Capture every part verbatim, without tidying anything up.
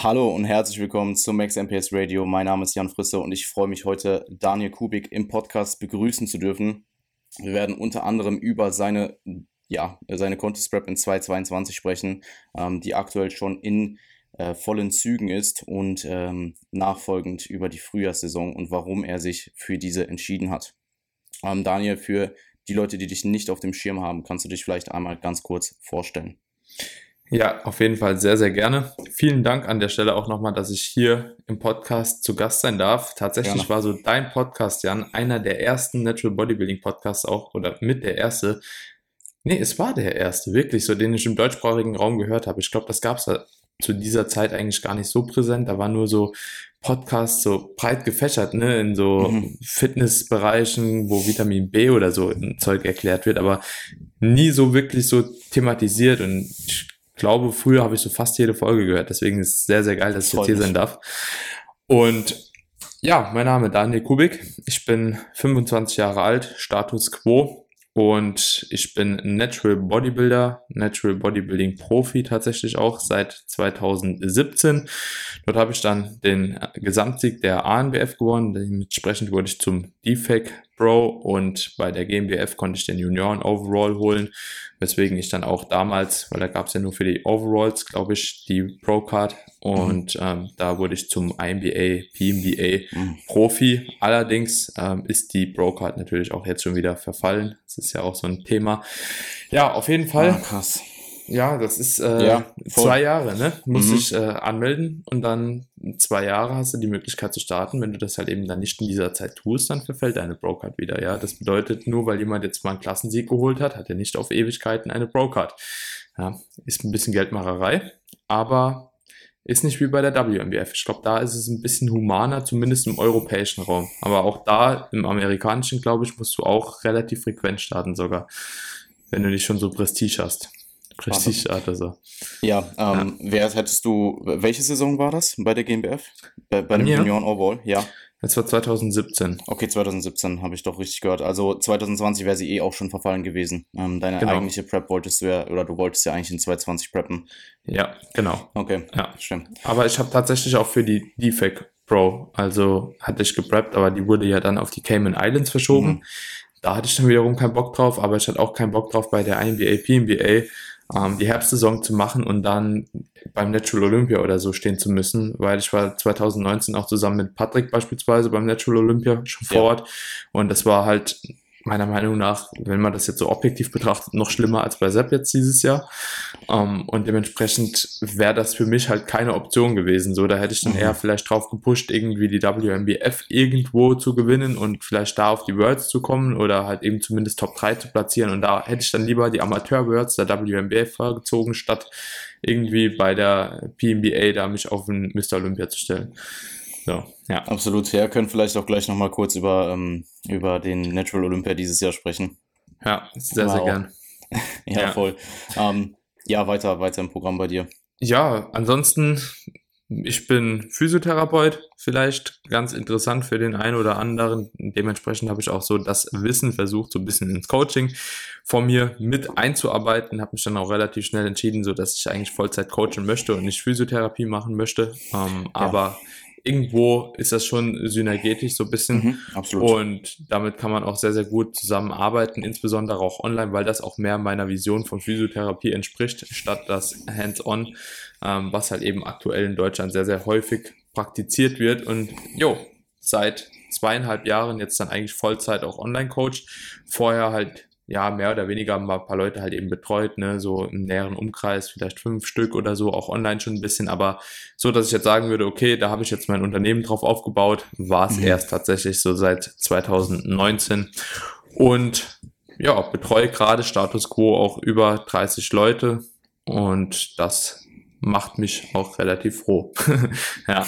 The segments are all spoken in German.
Hallo und herzlich willkommen zum Max M P S Radio. Mein Name ist Jan Frisse und ich freue mich heute, Daniel Kubik im Podcast begrüßen zu dürfen. Wir werden unter anderem über seine, ja, seine Contest Prep in zwanzig zweiundzwanzig sprechen, ähm, die aktuell schon in äh, vollen Zügen ist und ähm, nachfolgend über die Frühjahrssaison und warum er sich für diese entschieden hat. Ähm, Daniel, für die Leute, die dich nicht auf dem Schirm haben, kannst du dich vielleicht einmal ganz kurz vorstellen? Ja, auf jeden Fall sehr, sehr gerne. Vielen Dank an der Stelle auch nochmal, dass ich hier im Podcast zu Gast sein darf. Tatsächlich Gerne. war so dein Podcast, Jan, einer der ersten Natural Bodybuilding Podcasts auch, oder mit der erste. Nee, es war der erste, wirklich, so den ich im deutschsprachigen Raum gehört habe. Ich glaube, das gab es zu dieser Zeit eigentlich gar nicht so präsent. Da war nur so Podcasts so breit gefächert, ne, in so Mhm. Fitnessbereichen, wo Vitamin B oder so ein Zeug erklärt wird, aber nie so wirklich so thematisiert. Und ich glaube, früher habe ich so fast jede Folge gehört. Deswegen ist es sehr, sehr geil, dass ich jetzt Freut hier mich. sein darf. Und ja, mein Name ist Daniel Kubik. Ich bin fünfundzwanzig Jahre alt, Status Quo. Und ich bin Natural Bodybuilder, Natural Bodybuilding Profi tatsächlich auch seit zweitausendsiebzehn. Dort habe ich dann den Gesamtsieg der A N B F gewonnen. Dementsprechend wurde ich zum D F A C Pro und bei der G M B F konnte ich den Junioren Overall holen, weswegen ich dann auch damals, weil da gab es ja nur für die Overalls, glaube ich, die Pro Card und mhm. ähm, da wurde ich zum I N B A, P N B A Mhm. Profi. Allerdings ähm, ist die Pro Card natürlich auch jetzt schon wieder verfallen. Das ist ja auch so ein Thema. Ja, auf jeden Fall. Ah, krass. Ja, das ist äh, Ja, voll. zwei Jahre, ne? Musst Mhm. dich äh, anmelden und dann zwei Jahre hast du die Möglichkeit zu starten. Wenn du das halt eben dann nicht in dieser Zeit tust, dann verfällt deine Pro-Card wieder, ja. Das bedeutet, nur weil jemand jetzt mal einen Klassensieg geholt hat, hat er nicht auf Ewigkeiten eine Pro-Card. Ja, ist ein bisschen Geldmacherei, aber ist nicht wie bei der W M B F. Ich glaube, da ist es ein bisschen humaner, zumindest im europäischen Raum. Aber auch da, im amerikanischen, glaube ich, musst du auch relativ frequent starten sogar, wenn du nicht schon so Prestige hast. Prestige hat er so. Ja, ähm, ja. Wer hättest du, welche Saison war das bei der G M B F? Bei, bei, bei dem Junioren Overall, ja. Das war zweitausendsiebzehn. Okay, zweitausendsiebzehn habe ich doch richtig gehört. Also zwanzig zwanzig wäre sie eh auch schon verfallen gewesen. Ähm, deine genau. eigentliche Prep wolltest du ja, oder du wolltest ja eigentlich in zwanzig zwanzig preppen. Ja, genau. Okay, ja. stimmt. Aber ich habe tatsächlich auch für die D F A C Pro, also hatte ich gepreppt, aber die wurde ja dann auf die Cayman Islands verschoben. Mhm. Da hatte ich dann wiederum keinen Bock drauf, aber ich hatte auch keinen Bock drauf, bei der I N B A, P N B A ähm, die Herbstsaison zu machen und dann beim Natural Olympia oder so stehen zu müssen, weil ich war zwanzig neunzehn auch zusammen mit Patrick beispielsweise beim Natural Olympia schon vor Ort, ja. Und das war halt meiner Meinung nach, wenn man das jetzt so objektiv betrachtet, noch schlimmer als bei Sepp jetzt dieses Jahr. Um, und dementsprechend wäre das für mich halt keine Option gewesen. So, da hätte ich dann mhm. eher vielleicht drauf gepusht, irgendwie die W M B F irgendwo zu gewinnen und vielleicht da auf die Worlds zu kommen oder halt eben zumindest Top drei zu platzieren. Und da hätte ich dann lieber die Amateur-Worlds der W M B F vorgezogen, statt irgendwie bei der P N B A da mich auf den Mister Olympia zu stellen. So, ja. Absolut. Ja, können vielleicht auch gleich nochmal kurz über, ähm, über den Natural Olympia dieses Jahr sprechen. Ja, sehr, sehr wow. gern. ja, ja, voll. Ähm, ja, weiter, weiter im Programm bei dir. Ja, ansonsten, ich bin Physiotherapeut, vielleicht ganz interessant für den einen oder anderen. Dementsprechend habe ich auch so das Wissen versucht, so ein bisschen ins Coaching von mir mit einzuarbeiten. Habe mich dann auch relativ schnell entschieden, so dass ich eigentlich Vollzeit coachen möchte und nicht Physiotherapie machen möchte. Ähm, ja. Aber irgendwo ist das schon synergetisch so ein bisschen mhm, absolut. Und damit kann man auch sehr, sehr gut zusammenarbeiten, insbesondere auch online, weil das auch mehr meiner Vision von Physiotherapie entspricht, statt das Hands-on, ähm, was halt eben aktuell in Deutschland sehr, sehr häufig praktiziert wird und jo, seit zweieinhalb Jahren jetzt dann eigentlich Vollzeit auch Online-Coach, vorher halt ja, mehr oder weniger mal ein paar Leute halt eben betreut, ne, so im näheren Umkreis, vielleicht fünf Stück oder so, auch online schon ein bisschen, aber so, dass ich jetzt sagen würde, okay, da habe ich jetzt mein Unternehmen drauf aufgebaut, war es mhm. erst tatsächlich so seit zwanzig neunzehn und ja, betreue gerade Status Quo auch über dreißig Leute und das macht mich auch relativ froh. ja.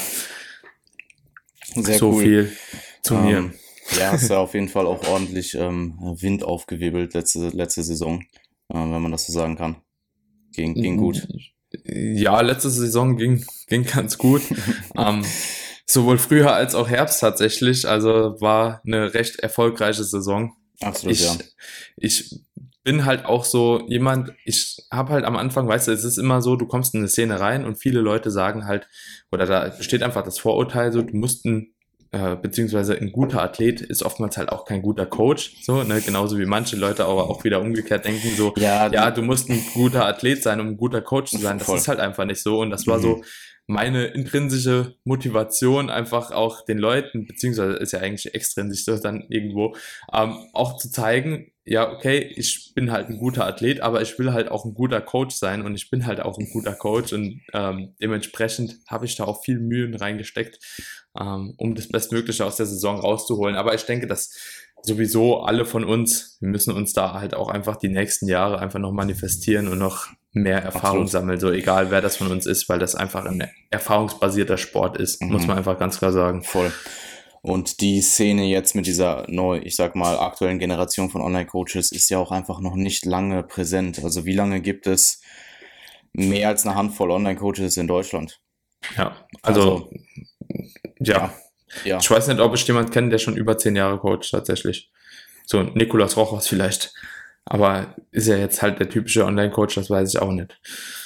Sehr so cool. viel zu um, mir. Ja, hast ja auf jeden Fall auch ordentlich ähm, Wind aufgewirbelt letzte, letzte Saison, äh, wenn man das so sagen kann. Ging, ging gut. Ja, letzte Saison ging, ging ganz gut. ähm, sowohl Frühjahr als auch Herbst tatsächlich. Also war eine recht erfolgreiche Saison. Absolut, ich, ja. Ich bin halt auch so jemand, ich habe halt am Anfang, weißt du, es ist immer so, du kommst in eine Szene rein und viele Leute sagen halt, oder da besteht einfach das Vorurteil so, du musst ein, äh, beziehungsweise ein guter Athlet ist oftmals halt auch kein guter Coach, so, ne, genauso wie manche Leute aber auch wieder umgekehrt denken so, Ja, ja, du musst ein guter Athlet sein, um ein guter Coach zu sein. Das voll. ist halt einfach nicht so und das war Mhm. so meine intrinsische Motivation, einfach auch den Leuten, beziehungsweise ist ja eigentlich extrinsisch so dann irgendwo, ähm, auch zu zeigen, ja, okay, ich bin halt ein guter Athlet, aber ich will halt auch ein guter Coach sein und ich bin halt auch ein guter Coach und ähm, dementsprechend habe ich da auch viel Mühen reingesteckt, ähm, um das Bestmögliche aus der Saison rauszuholen. Aber ich denke, dass sowieso alle von uns, wir müssen uns da halt auch einfach die nächsten Jahre einfach noch manifestieren und noch mehr Erfahrung Absolut. sammeln, so egal wer das von uns ist, weil das einfach ein erfahrungsbasierter Sport ist, Mhm. muss man einfach ganz klar sagen. Voll. Und die Szene jetzt mit dieser neu, ich sag mal, aktuellen Generation von Online-Coaches ist ja auch einfach noch nicht lange präsent. Also wie lange gibt es mehr als eine Handvoll Online-Coaches in Deutschland? Ja, also, Also, ja. Ja, Ich weiß nicht, ob ich jemanden kenne, der schon über zehn Jahre coacht, tatsächlich. So Nikolaus Rochers vielleicht. Aber ist ja jetzt halt der typische Online-Coach, das weiß ich auch nicht.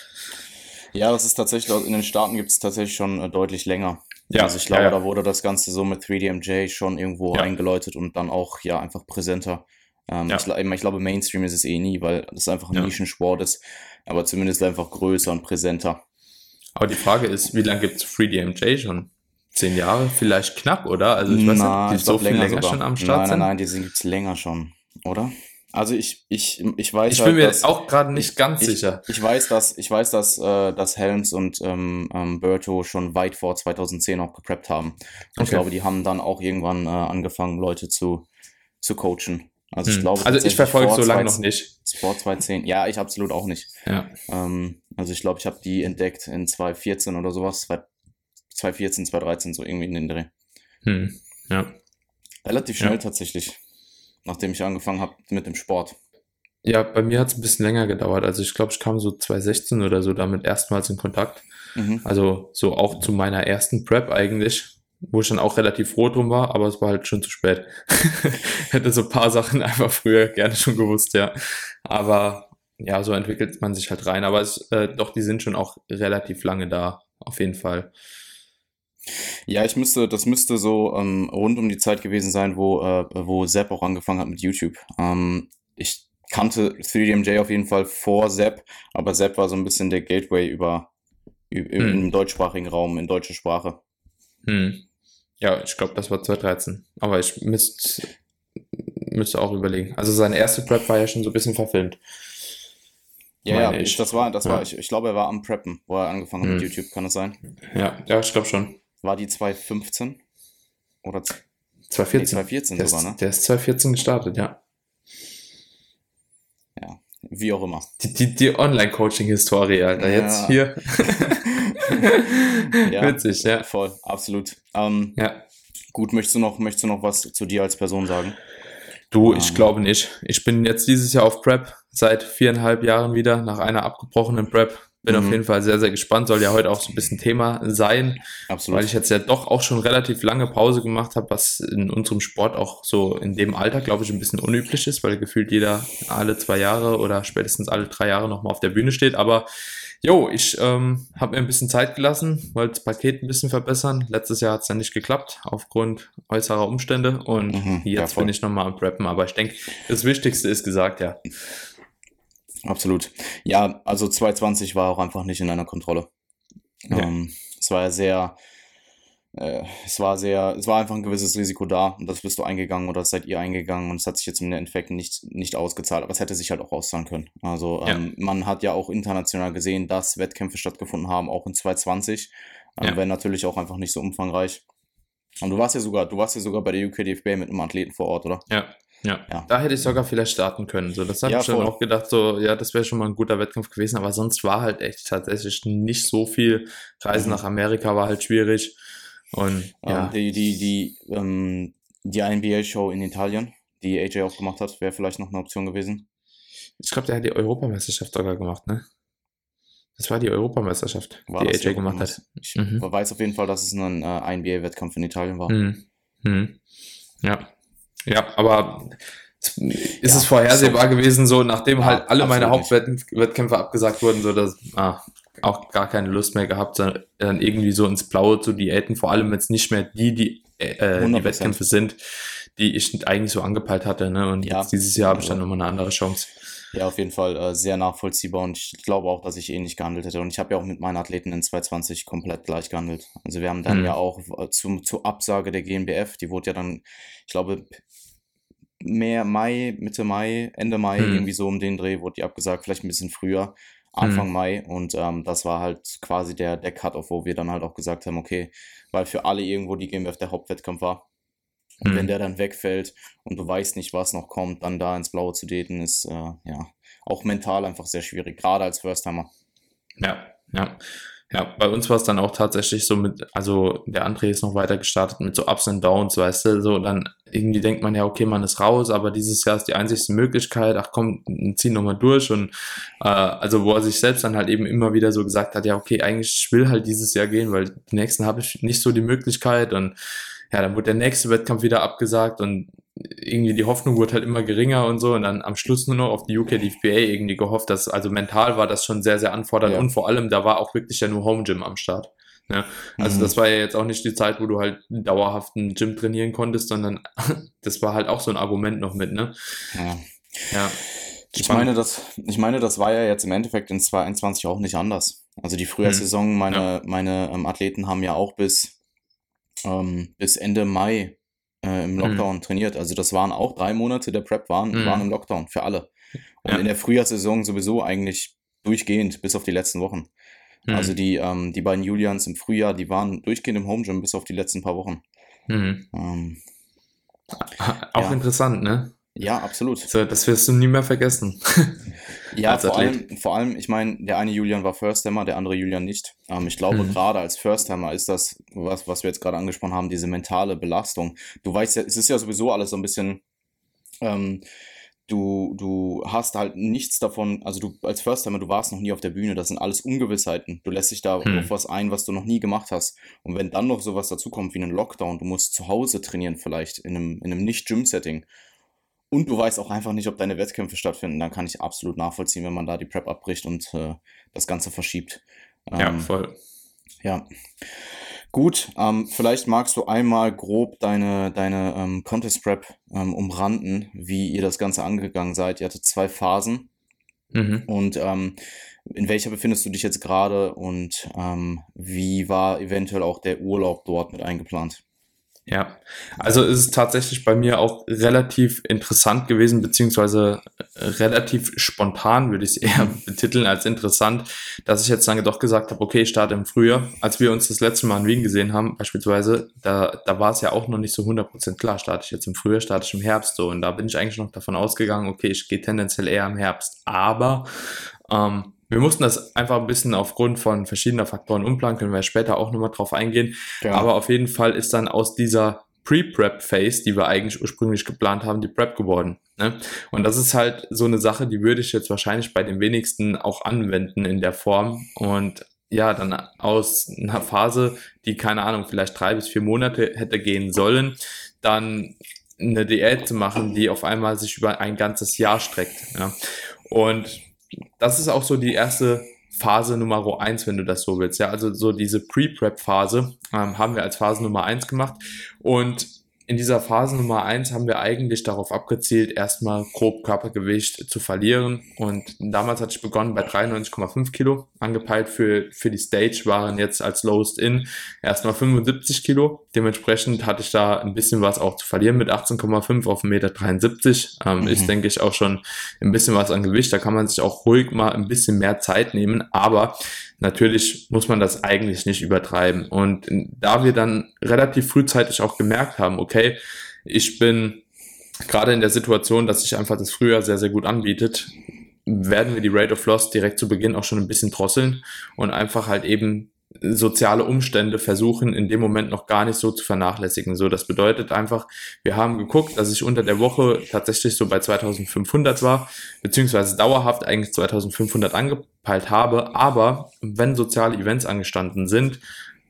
ja, das ist tatsächlich, in den Staaten gibt es tatsächlich schon äh, deutlich länger. Ja, Also ich glaube, ja, ja. da wurde das Ganze so mit drei D M J schon irgendwo Ja. eingeläutet und dann auch ja einfach präsenter. Ähm, Ja. ich, gla- ich glaube, Mainstream ist es eh nie, weil das einfach ein Ja. Nischensport ist, aber zumindest einfach größer und präsenter. Aber die Frage ist, wie lange gibt es drei D M J schon? Zehn Jahre? Vielleicht knapp, oder? Also ich weiß Na, nicht, ich die so glaube viel länger länger sogar. schon am Start Nein, nein, sind. nein, die sind gibt's länger schon, oder? Also ich, ich, ich weiß Ich halt, bin mir dass auch gerade nicht ich, ganz ich, sicher. ich weiß, dass ich weiß, dass äh, dass Helms und ähm, ähm, Berto schon weit vor zweitausendzehn auch gepreppt haben. Und ich Okay. glaube, die haben dann auch irgendwann äh, angefangen, Leute zu zu coachen. Also ich Hm. glaube Also ich tatsächlich verfolge vor so lange zwei- noch nicht. vor zweitausendzehn. Ja, ich absolut auch nicht. Ja. Ähm, also ich glaube, ich habe die entdeckt in zweitausendvierzehn oder sowas, zweitausendvierzehn, zweitausenddreizehn, so irgendwie in den Dreh. Hm. Ja. Relativ schnell Ja. tatsächlich, nachdem ich angefangen habe mit dem Sport. Ja, bei mir hat es ein bisschen länger gedauert. Also ich glaube, ich kam so zweitausendsechzehn oder so damit erstmals in Kontakt. Mhm. Also so auch zu meiner ersten Prep eigentlich, wo ich dann auch relativ froh drum war, aber es war halt schon zu spät. Hätte so ein paar Sachen einfach früher gerne schon gewusst, ja. Aber ja, so entwickelt man sich halt rein. Aber es, äh, doch, die sind schon auch relativ lange da, auf jeden Fall. Ja, ich müsste, das müsste so ähm, rund um die Zeit gewesen sein, wo, äh, wo Sepp auch angefangen hat mit YouTube. Ähm, ich kannte drei D M J auf jeden Fall vor Sepp, aber Sepp war so ein bisschen der Gateway über, über Hm. im deutschsprachigen Raum, in deutscher Sprache. Hm. Ja, ich glaube, das war zweitausenddreizehn. Aber ich müsste müsste auch überlegen. Also seine erste Prep war ja schon so ein bisschen verfilmt. Ja, Meine ja, ich. das war, das Ja. war, ich, ich glaube, er war am Preppen, wo er angefangen hat mit Hm. YouTube, kann das sein? Ja, ja, ich glaube schon. War die zweitausendfünfzehn? Oder z- nee, zweitausendvierzehn. zweitausendvierzehn Der sogar, ist, ne? der ist zweitausendvierzehn gestartet, ja. Ja, wie auch immer. Die, die, die Online-Coaching-Historie, Alter. Ja. Jetzt hier. Ja, Witzig, ja. voll, absolut. Ähm, Ja. gut, möchtest du noch, möchtest du noch was zu dir als Person sagen? Du, ich Ähm. glaube nicht. Ich bin jetzt dieses Jahr auf Prep, seit viereinhalb Jahren wieder, nach einer abgebrochenen Prep. Bin Mhm. auf jeden Fall sehr, sehr gespannt. Soll ja heute auch so ein bisschen Thema sein, Absolut. weil ich jetzt ja doch auch schon relativ lange Pause gemacht habe, was in unserem Sport auch so in dem Alter, glaube ich, ein bisschen unüblich ist, weil gefühlt jeder alle zwei Jahre oder spätestens alle drei Jahre nochmal auf der Bühne steht. Aber jo, ich ähm, habe mir ein bisschen Zeit gelassen, wollte das Paket ein bisschen verbessern. Letztes Jahr hat es ja nicht geklappt, aufgrund äußerer Umstände. Und Mhm, ja, jetzt voll. bin ich nochmal am Preppen. Aber ich denke, das Wichtigste ist gesagt, ja. Absolut. Ja, also zweitausendzwanzig war auch einfach nicht in deiner Kontrolle. Ja. Ähm, es war ja sehr, äh, es war sehr, es war einfach ein gewisses Risiko da und das bist du eingegangen oder das seid ihr eingegangen und es hat sich jetzt im Endeffekt nicht, nicht ausgezahlt, aber es hätte sich halt auch auszahlen können. Also Ja. ähm, man hat ja auch international gesehen, dass Wettkämpfe stattgefunden haben, auch in zweitausendzwanzig, ähm, Ja. wenn natürlich auch einfach nicht so umfangreich. Und du warst ja sogar, du warst ja sogar bei der U K D F B mit einem Athleten vor Ort, oder? Ja, ja, Ja. Da hätte ich sogar vielleicht starten können. So, das habe Ja, ich dann voll. auch gedacht, so, ja, das wäre schon mal ein guter Wettkampf gewesen, aber sonst war halt echt tatsächlich nicht so viel. Reisen Mhm. nach Amerika war halt schwierig. Und ja, Ähm, die, die, die, ähm, die N B A-Show in Italien, die A J auch gemacht hat, wäre vielleicht noch eine Option gewesen. ich glaube, der hat die Europameisterschaft sogar gemacht, ne? Das war die Europameisterschaft, War die das A J gemacht hat. Ich Mhm. weiß auf jeden Fall, dass es ein äh, N B A-Wettkampf in Italien war. Hm. Hm. Ja. Ja, aber ist ja, es vorhersehbar so gewesen, so nachdem ja, halt alle meine Hauptwettkämpfe abgesagt wurden, so dass ah, auch gar keine Lust mehr gehabt, sondern dann irgendwie so ins Blaue zu diäten, vor allem jetzt nicht mehr die, die äh, die Wettkämpfe sind, die ich eigentlich so angepeilt hatte, ne? Und ja, jetzt dieses Jahr habe ich dann nochmal eine andere Chance. Ja, auf jeden Fall äh, sehr nachvollziehbar und ich glaube auch, dass ich ähnlich gehandelt hätte. Und ich habe ja auch mit meinen Athleten in zwanzig zwanzig komplett gleich gehandelt. Also wir haben dann mhm. ja auch äh, zum, zur Absage der G N B F, die wurde ja dann, ich glaube, mehr Mai, Mitte Mai, Ende Mai, mhm. irgendwie so um den Dreh wurde die abgesagt, vielleicht ein bisschen früher, Anfang mhm. Mai. Und ähm, das war halt quasi der, der Cut-Off, wo wir dann halt auch gesagt haben, okay, weil für alle irgendwo die G N B F der Hauptwettkampf war. Und mhm. wenn der dann wegfällt und du weißt nicht, was noch kommt, dann da ins Blaue zu daten, ist äh, ja auch mental einfach sehr schwierig, gerade als First-Timer. Ja, ja. Ja, bei uns war es dann auch tatsächlich so mit, also der André ist noch weiter gestartet mit so Ups und Downs, weißt du, so dann irgendwie denkt man ja, okay, man ist raus, aber dieses Jahr ist die einzigste Möglichkeit, ach komm, zieh nochmal durch und äh, also wo er sich selbst dann halt eben immer wieder so gesagt hat, ja okay, eigentlich ich will halt dieses Jahr gehen, weil die nächsten habe ich nicht so die Möglichkeit und ja, dann wurde der nächste Wettkampf wieder abgesagt und irgendwie die Hoffnung wurde halt immer geringer und so und dann am Schluss nur noch auf die U K D F B A irgendwie gehofft, dass, also mental war das schon sehr, sehr anfordernd ja. Und vor allem, da war auch wirklich ja nur Home Gym am Start. Ja, also mhm. das war ja jetzt auch nicht die Zeit, wo du halt dauerhaft ein Gym trainieren konntest, sondern das war halt auch so ein Argument noch mit, ne? Ja. ja. Ich meine, das, ich meine, das war ja jetzt im Endeffekt in zwanzig einundzwanzig auch nicht anders. Also die Frühjahrssaison, meine, ja. meine ähm, Athleten haben ja auch bis, ähm, bis Ende Mai Äh, im Lockdown mhm. trainiert. Also das waren auch drei Monate der Prep waren, mhm. waren im Lockdown für alle. Und ja. in der Frühjahrssaison sowieso eigentlich durchgehend, bis auf die letzten Wochen. Mhm. Also die, ähm, die beiden Julians im Frühjahr, die waren durchgehend im Home Gym bis auf die letzten paar Wochen. Mhm. Ähm, auch ja. interessant, ne? Ja, absolut. So, das wirst du nie mehr vergessen. Ja, vor allem, vor allem, ich meine, der eine Julian war First-Timer, der andere Julian nicht. Ähm, ich glaube, mhm. gerade als First-Timer ist das, was, was wir jetzt gerade angesprochen haben, diese mentale Belastung. Du weißt ja, es ist ja sowieso alles so ein bisschen, ähm, du, du hast halt nichts davon, also du als First-Timer, du warst noch nie auf der Bühne, das sind alles Ungewissheiten. Du lässt dich da mhm. auf was ein, was du noch nie gemacht hast. Und wenn dann noch sowas dazukommt wie ein Lockdown, du musst zu Hause trainieren vielleicht, in einem, in einem Nicht-Gym-Setting. Und du weißt auch einfach nicht, ob deine Wettkämpfe stattfinden. Dann kann ich absolut nachvollziehen, wenn man da die Prep abbricht und äh, das Ganze verschiebt. Ähm, ja, voll. Ja. Gut, ähm, vielleicht magst du einmal grob deine, deine ähm, Contest Prep ähm, umranden, wie ihr das Ganze angegangen seid. Ihr hattet zwei Phasen. Mhm. Und ähm, in welcher befindest du dich jetzt gerade und ähm, wie war eventuell auch der Urlaub dort mit eingeplant? Ja, also ist es tatsächlich bei mir auch relativ interessant gewesen, beziehungsweise relativ spontan würde ich es eher betiteln als interessant, dass ich jetzt dann doch gesagt habe, okay, ich starte im Frühjahr. Als wir uns das letzte Mal in Wien gesehen haben, beispielsweise, da, da war es ja auch noch nicht so hundert Prozent klar, starte ich jetzt im Frühjahr, starte ich im Herbst so. Und da bin ich eigentlich noch davon ausgegangen, okay, ich gehe tendenziell eher im Herbst. Aber ähm, wir mussten das einfach ein bisschen aufgrund von verschiedener Faktoren umplanen, können wir ja später auch nochmal drauf eingehen. Ja. Aber auf jeden Fall ist dann aus dieser Pre-Prep-Phase, die wir eigentlich ursprünglich geplant haben, die Prep geworden. Ne? Und das ist halt so eine Sache, die würde ich jetzt wahrscheinlich bei den wenigsten auch anwenden in der Form. Und ja, dann aus einer Phase, die, keine Ahnung, vielleicht drei bis vier Monate hätte gehen sollen, dann eine Diät zu machen, die auf einmal sich über ein ganzes Jahr streckt. Ja? Und das ist auch so die erste Phase Nummer eins, wenn du das so willst. Ja, also so diese Pre-Prep-Phase ähm, haben wir als Phase Nummer eins gemacht. Und in dieser Phase Nummer eins haben wir eigentlich darauf abgezielt, erstmal grob Körpergewicht zu verlieren. Und damals hatte ich begonnen bei dreiundneunzig Komma fünf Kilo. Angepeilt für, für die Stage waren jetzt als Lowest In erstmal fünfundsiebzig Kilo. Dementsprechend hatte ich da ein bisschen was auch zu verlieren mit achtzehn Komma fünf auf eins Komma dreiundsiebzig Meter. Ähm, mhm. Ist, denke ich, auch schon ein bisschen was an Gewicht. Da kann man sich auch ruhig mal ein bisschen mehr Zeit nehmen. Aber natürlich muss man das eigentlich nicht übertreiben. Und da wir dann relativ frühzeitig auch gemerkt haben, okay, ich bin gerade in der Situation, dass sich einfach das Frühjahr sehr, sehr gut anbietet, werden wir die Rate of Loss direkt zu Beginn auch schon ein bisschen drosseln und einfach halt eben soziale Umstände versuchen, in dem Moment noch gar nicht so zu vernachlässigen. So, das bedeutet einfach, wir haben geguckt, dass ich unter der Woche tatsächlich so bei zweitausendfünfhundert war, beziehungsweise dauerhaft eigentlich zweitausendfünfhundert angepeilt habe, aber wenn soziale Events angestanden sind,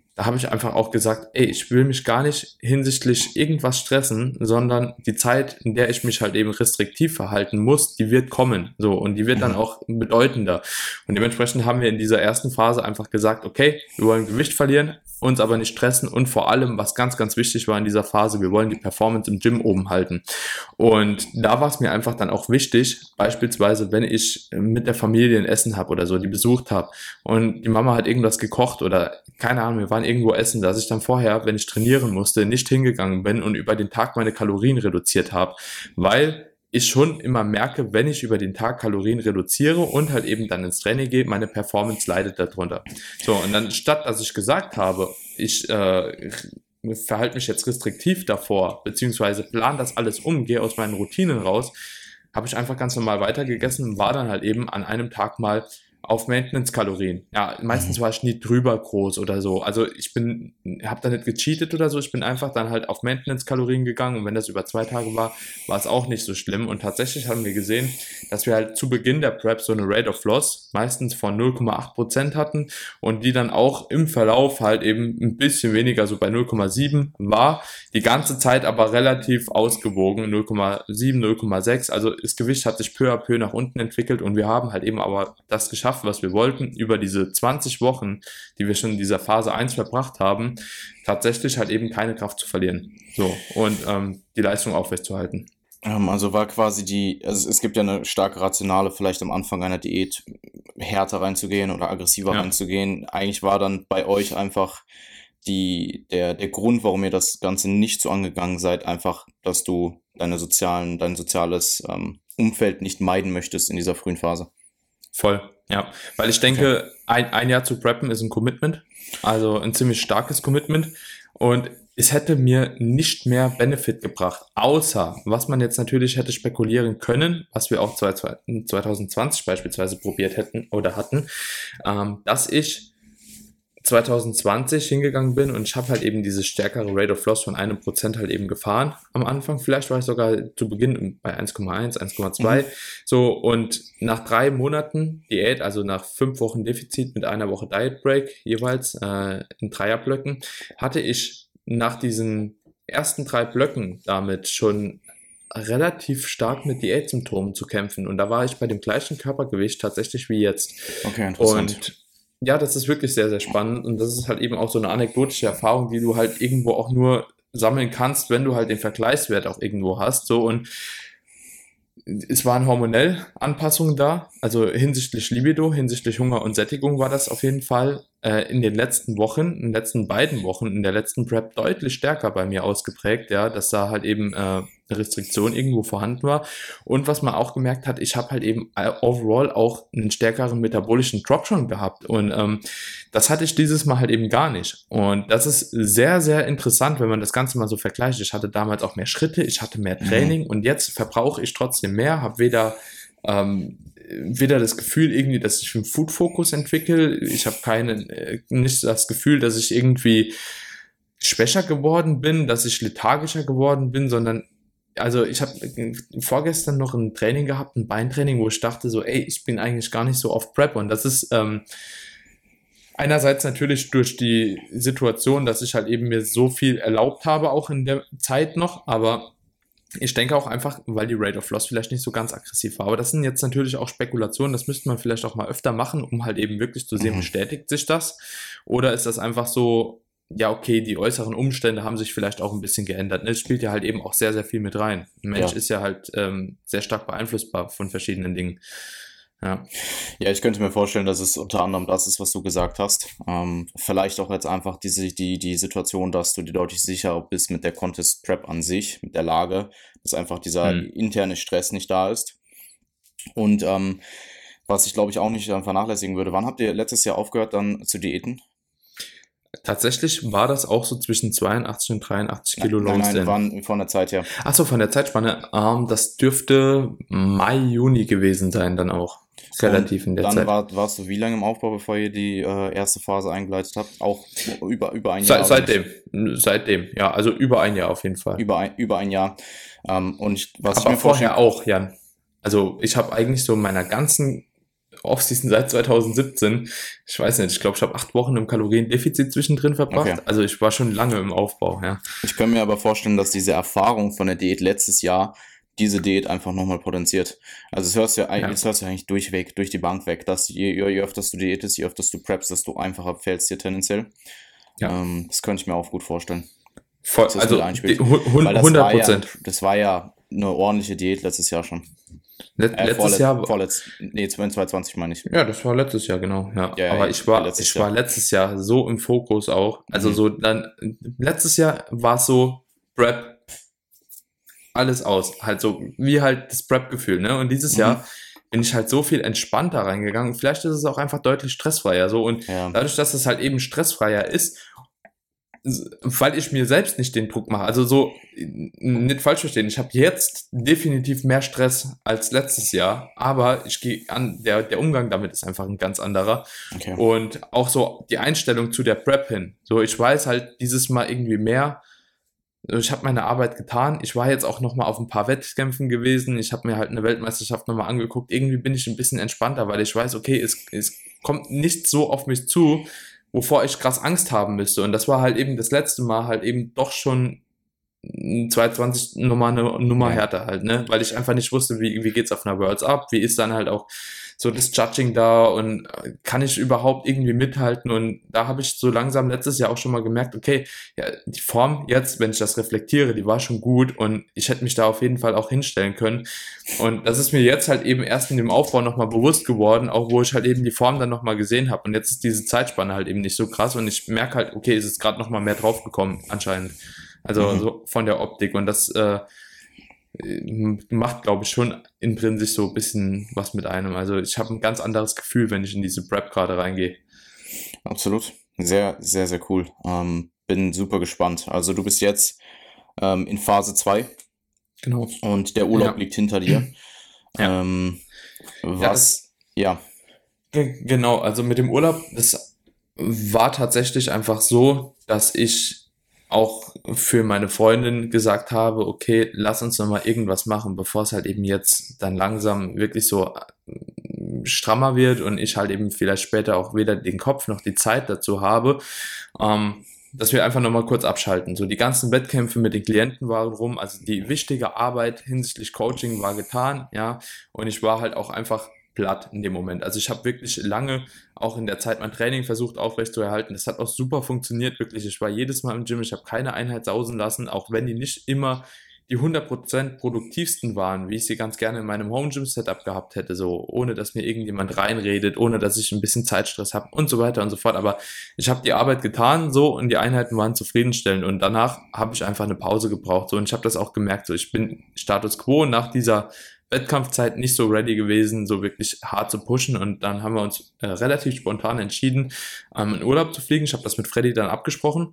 da habe ich einfach auch gesagt, ey, ich will mich gar nicht hinsichtlich irgendwas stressen, sondern die Zeit, in der ich mich halt eben restriktiv verhalten muss, die wird kommen, so, und die wird dann auch bedeutender. Und dementsprechend haben wir in dieser ersten Phase einfach gesagt, okay, wir wollen Gewicht verlieren, uns aber nicht stressen und vor allem, was ganz, ganz wichtig war in dieser Phase, wir wollen die Performance im Gym oben halten. Und da war es mir einfach dann auch wichtig, beispielsweise, wenn ich mit der Familie ein Essen habe oder so, die besucht habe und die Mama hat irgendwas gekocht oder keine Ahnung, wir waren irgendwo essen, dass ich dann vorher, wenn ich trainieren musste, nicht hingegangen bin und über den Tag meine Kalorien reduziert habe, weil ich schon immer merke, wenn ich über den Tag Kalorien reduziere und halt eben dann ins Training gehe, meine Performance leidet darunter. So, und dann statt, dass ich gesagt habe, ich äh, verhalte mich jetzt restriktiv davor, beziehungsweise plan das alles um, gehe aus meinen Routinen raus, habe ich einfach ganz normal weitergegessen und war dann halt eben an einem Tag mal auf Maintenance-Kalorien. Ja, meistens war ich nie drüber groß oder so. Also ich bin, habe da nicht gecheatet oder so, ich bin einfach dann halt auf Maintenance-Kalorien gegangen und wenn das über zwei Tage war, war es auch nicht so schlimm. Und tatsächlich haben wir gesehen, dass wir halt zu Beginn der Prep so eine Rate of Loss meistens von null Komma acht Prozent hatten und die dann auch im Verlauf halt eben ein bisschen weniger, so bei null Komma sieben war, die ganze Zeit aber relativ ausgewogen, null Komma sieben, null Komma sechs. Also das Gewicht hat sich peu à peu nach unten entwickelt und wir haben halt eben aber das geschafft, was wir wollten, über diese zwanzig Wochen, die wir schon in dieser Phase eins verbracht haben, tatsächlich halt eben keine Kraft zu verlieren. So, und ähm, die Leistung aufrechtzuerhalten. Ähm, also war quasi die, also es gibt ja eine starke Rationale, vielleicht am Anfang einer Diät härter reinzugehen oder aggressiver Ja. reinzugehen. Eigentlich war dann bei euch einfach die, der, der Grund, warum ihr das Ganze nicht so angegangen seid, einfach, dass du deine sozialen, dein soziales ähm, Umfeld nicht meiden möchtest in dieser frühen Phase. Voll, ja. Weil ich denke, okay. ein, ein Jahr zu preppen ist ein Commitment, also ein ziemlich starkes Commitment und es hätte mir nicht mehr Benefit gebracht, außer, was man jetzt natürlich hätte spekulieren können, was wir auch zwanzig zwanzig beispielsweise probiert hätten oder hatten, ähm, dass ich zwanzig zwanzig hingegangen bin und ich habe halt eben diese stärkere Rate of Loss von einem Prozent halt eben gefahren am Anfang. Vielleicht war ich sogar zu Beginn bei eins Komma eins, eins Komma zwei. Mhm. So, und nach drei Monaten Diät, also nach fünf Wochen Defizit mit einer Woche Diet Break jeweils äh, in Dreierblöcken, hatte ich nach diesen ersten drei Blöcken damit schon relativ stark mit Diätsymptomen zu kämpfen. Und da war ich bei dem gleichen Körpergewicht tatsächlich wie jetzt. Okay, interessant. Und ja, das ist wirklich sehr, sehr spannend und das ist halt eben auch so eine anekdotische Erfahrung, die du halt irgendwo auch nur sammeln kannst, wenn du halt den Vergleichswert auch irgendwo hast. So, und es waren hormonell Anpassungen da, also hinsichtlich Libido, hinsichtlich Hunger und Sättigung war das auf jeden Fall äh, in den letzten Wochen, in den letzten beiden Wochen, in der letzten Prep deutlich stärker bei mir ausgeprägt, ja, dass da halt eben äh, eine Restriktion irgendwo vorhanden war. Und was man auch gemerkt hat, ich habe halt eben overall auch einen stärkeren metabolischen Drop schon gehabt und ähm, das hatte ich dieses Mal halt eben gar nicht. Und das ist sehr, sehr interessant, wenn man das Ganze mal so vergleicht. Ich hatte damals auch mehr Schritte, ich hatte mehr Training mhm. und jetzt verbrauche ich trotzdem mehr, habe weder ähm, weder das Gefühl irgendwie, dass ich einen Food-Fokus entwickle, ich habe keine, äh, nicht das Gefühl, dass ich irgendwie schwächer geworden bin, dass ich lethargischer geworden bin, sondern also ich habe vorgestern noch ein Training gehabt, ein Beintraining, wo ich dachte so, ey, ich bin eigentlich gar nicht so auf Prep und das ist ähm, einerseits natürlich durch die Situation, dass ich halt eben mir so viel erlaubt habe, auch in der Zeit noch, aber ich denke auch einfach, weil die Rate of Loss vielleicht nicht so ganz aggressiv war. Aber das sind jetzt natürlich auch Spekulationen, das müsste man vielleicht auch mal öfter machen, um halt eben wirklich zu sehen, mhm. bestätigt sich das? Oder ist das einfach so, ja okay, die äußeren Umstände haben sich vielleicht auch ein bisschen geändert. Es spielt ja halt eben auch sehr, sehr viel mit rein. Ein Mensch ja. ist ja halt ähm, sehr stark beeinflussbar von verschiedenen Dingen. Ja. Ja, ich könnte mir vorstellen, dass es unter anderem das ist, was du gesagt hast. Ähm, vielleicht auch jetzt einfach diese, die, die Situation, dass du dir deutlich sicherer bist mit der Contest Prep an sich, mit der Lage, dass einfach dieser hm. interne Stress nicht da ist. Und ähm, was ich glaube ich auch nicht vernachlässigen würde, wann habt ihr letztes Jahr aufgehört dann zu diäten? Tatsächlich war das auch so zwischen zweiundachtzig und dreiundachtzig Kilo Nein, nein, Long wann, von der Zeit her. Achso, von der Zeitspanne. Ähm, das dürfte Mai, Juni gewesen sein dann auch. Relativ in der dann Zeit. Dann war, warst du wie lange im Aufbau, bevor ihr die äh, erste Phase eingeleitet habt? Auch über, über ein Se- Jahr? Seitdem, seitdem, ja, also über ein Jahr auf jeden Fall. Über ein, über ein Jahr. Ähm, und ich, was Aber ich mir vorher auch, Jan. Also ich habe eigentlich so in meiner ganzen Offseason seit zwanzig siebzehn. Ich weiß nicht, ich glaube, ich habe acht Wochen im Kaloriendefizit zwischendrin verbracht. Okay. Also ich war schon lange im Aufbau, ja. Ich kann mir aber vorstellen, dass diese Erfahrung von der Diät letztes Jahr diese Diät einfach nochmal potenziert. Also das hörst du ja, Ja. das hörst du eigentlich durchweg, durch die Bank weg, dass je, je, je öfter du diätest, je öfter du preppst, desto einfacher fällst dir tendenziell. Ja. Ähm, das könnte ich mir auch gut vorstellen. Voll, dass das also mit einspielt. die hu- hu- Weil das hundert war ja, Prozent. das war ja eine ordentliche Diät letztes Jahr schon. Let, Äh, letztes vorletz, Jahr. vorletz, nee, zwanzig zwanzig meine ich. Ja, das war letztes Jahr, genau. Ja, Ja, aber ja, ich war, letztes ich Jahr. war letztes Jahr so im Fokus auch. Also Mhm. so dann, letztes Jahr war es so, Prep, alles aus. Halt so, wie halt das Prep-Gefühl, ne? Und dieses Mhm. Jahr bin ich halt so viel entspannter reingegangen. Vielleicht ist es auch einfach deutlich stressfreier, so. Und Ja. dadurch, dass es halt eben stressfreier ist, weil ich mir selbst nicht den Druck mache. Also so, nicht falsch verstehen, ich habe jetzt definitiv mehr Stress als letztes Jahr, aber ich gehe an, der, der Umgang damit ist einfach ein ganz anderer. Okay. Und auch so die Einstellung zu der Prep hin. So, ich weiß halt dieses Mal irgendwie mehr. Ich habe meine Arbeit getan. Ich war jetzt auch nochmal auf ein paar Wettkämpfen gewesen. Ich habe mir halt eine Weltmeisterschaft nochmal angeguckt. Irgendwie bin ich ein bisschen entspannter, weil ich weiß, okay, es, es kommt nicht so auf mich zu, wovor ich krass Angst haben müsste. Und das war halt eben das letzte Mal halt eben doch schon zwanzig zwanzig nochmal eine Nummer Ja. härter halt, ne? Weil ich einfach nicht wusste, wie, wie geht's auf einer Worlds ab, wie ist dann halt auch so das Judging da und äh, kann ich überhaupt irgendwie mithalten? Und da habe ich so langsam letztes Jahr auch schon mal gemerkt, okay, ja, die Form jetzt, wenn ich das reflektiere, die war schon gut und ich hätte mich da auf jeden Fall auch hinstellen können. Und das ist mir jetzt halt eben erst in dem Aufbau nochmal bewusst geworden, auch wo ich halt eben die Form dann nochmal gesehen habe. Und jetzt ist diese Zeitspanne halt eben nicht so krass und ich merke halt, okay, es ist gerade nochmal mehr draufgekommen anscheinend. Also Mhm. so von der Optik und das äh, macht, glaube ich, schon intrinsisch so ein bisschen was mit einem. Also ich habe ein ganz anderes Gefühl, wenn ich in diese Prep gerade reingehe. Absolut. Sehr, sehr, sehr cool. Ähm, bin super gespannt. Also du bist jetzt ähm, in Phase zwei Genau. und der Urlaub Ja. liegt hinter dir. Ja. Ähm, Ja, was, ja, Ge- Genau, also mit dem Urlaub, das war tatsächlich einfach so, dass ich auch für meine Freundin gesagt habe, okay, lass uns noch mal irgendwas machen, bevor es halt eben jetzt dann langsam wirklich so äh, strammer wird und ich halt eben vielleicht später auch weder den Kopf noch die Zeit dazu habe, ähm, dass wir einfach noch mal kurz abschalten. So die ganzen Wettkämpfe mit den Klienten waren rum, also die wichtige Arbeit hinsichtlich Coaching war getan, ja, und ich war halt auch einfach platt in dem Moment. Also ich habe wirklich lange auch in der Zeit mein Training versucht aufrechtzuerhalten. Das hat auch super funktioniert, wirklich. Ich war jedes Mal im Gym, ich habe keine Einheit sausen lassen, auch wenn die nicht immer die hundert Prozent produktivsten waren, wie ich sie ganz gerne in meinem Home-Gym-Setup gehabt hätte, so ohne dass mir irgendjemand reinredet, ohne dass ich ein bisschen Zeitstress habe und so weiter und so fort. Aber ich habe die Arbeit getan, so, und die Einheiten waren zufriedenstellend und danach habe ich einfach eine Pause gebraucht, so, und ich habe das auch gemerkt, so, ich bin Status Quo nach dieser Wettkampfzeit nicht so ready gewesen, so wirklich hart zu pushen, und dann haben wir uns äh, relativ spontan entschieden, ähm, in Urlaub zu fliegen. Ich habe das mit Freddy dann abgesprochen,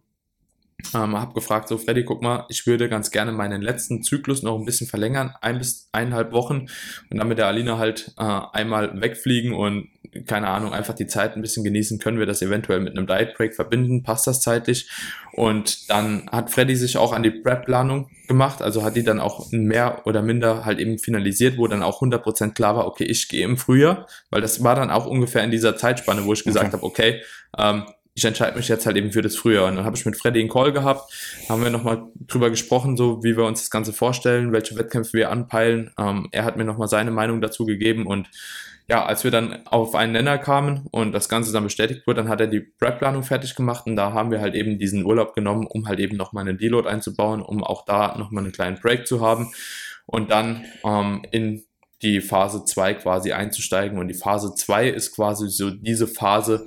ähm, habe gefragt, so Freddy, guck mal, ich würde ganz gerne meinen letzten Zyklus noch ein bisschen verlängern, ein bis eineinhalb Wochen, und dann mit der Alina halt äh, einmal wegfliegen und keine Ahnung, einfach die Zeit ein bisschen genießen. Können wir das eventuell mit einem Diet Break verbinden? Passt das zeitlich? Und dann hat Freddy sich auch an die Prep-Planung gemacht, also hat die dann auch mehr oder minder halt eben finalisiert, wo dann auch hundert Prozent klar war, okay, ich gehe im Frühjahr, weil das war dann auch ungefähr in dieser Zeitspanne, wo ich gesagt Okay. habe, okay, ähm, ich entscheide mich jetzt halt eben für das Frühjahr. Und dann habe ich mit Freddy einen Call gehabt, haben wir nochmal drüber gesprochen, so wie wir uns das Ganze vorstellen, welche Wettkämpfe wir anpeilen. Ähm, er hat mir nochmal seine Meinung dazu gegeben, und ja, als wir dann auf einen Nenner kamen und das Ganze dann bestätigt wurde, dann hat er die Prep-Planung fertig gemacht, und da haben wir halt eben diesen Urlaub genommen, um halt eben nochmal einen Deload einzubauen, um auch da nochmal einen kleinen Break zu haben und dann ähm, in die Phase zwei quasi einzusteigen. Und die Phase zwei ist quasi so diese Phase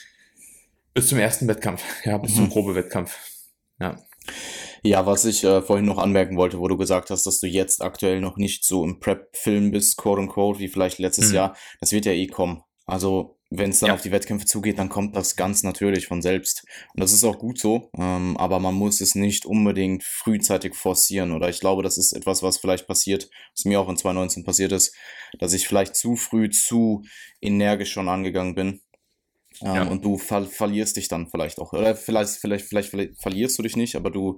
bis zum ersten Wettkampf, ja, bis zum Mhm. Probewettkampf. Ja. Ja, was ich äh, vorhin noch anmerken wollte, wo du gesagt hast, dass du jetzt aktuell noch nicht so im Prep-Film bist, quote unquote, wie vielleicht letztes Mhm. Jahr, das wird ja eh kommen. Also wenn es dann Ja. auf die Wettkämpfe zugeht, dann kommt das ganz natürlich von selbst. Und das ist auch gut so, ähm, aber man muss es nicht unbedingt frühzeitig forcieren. Oder ich glaube, das ist etwas, was vielleicht passiert, was mir auch in zwanzig neunzehn passiert ist, dass ich vielleicht zu früh, zu energisch schon angegangen bin. Ähm, Ja. und du ver verlierst dich dann vielleicht auch. Oder vielleicht, vielleicht, vielleicht, vielleicht verlierst du dich nicht, aber du,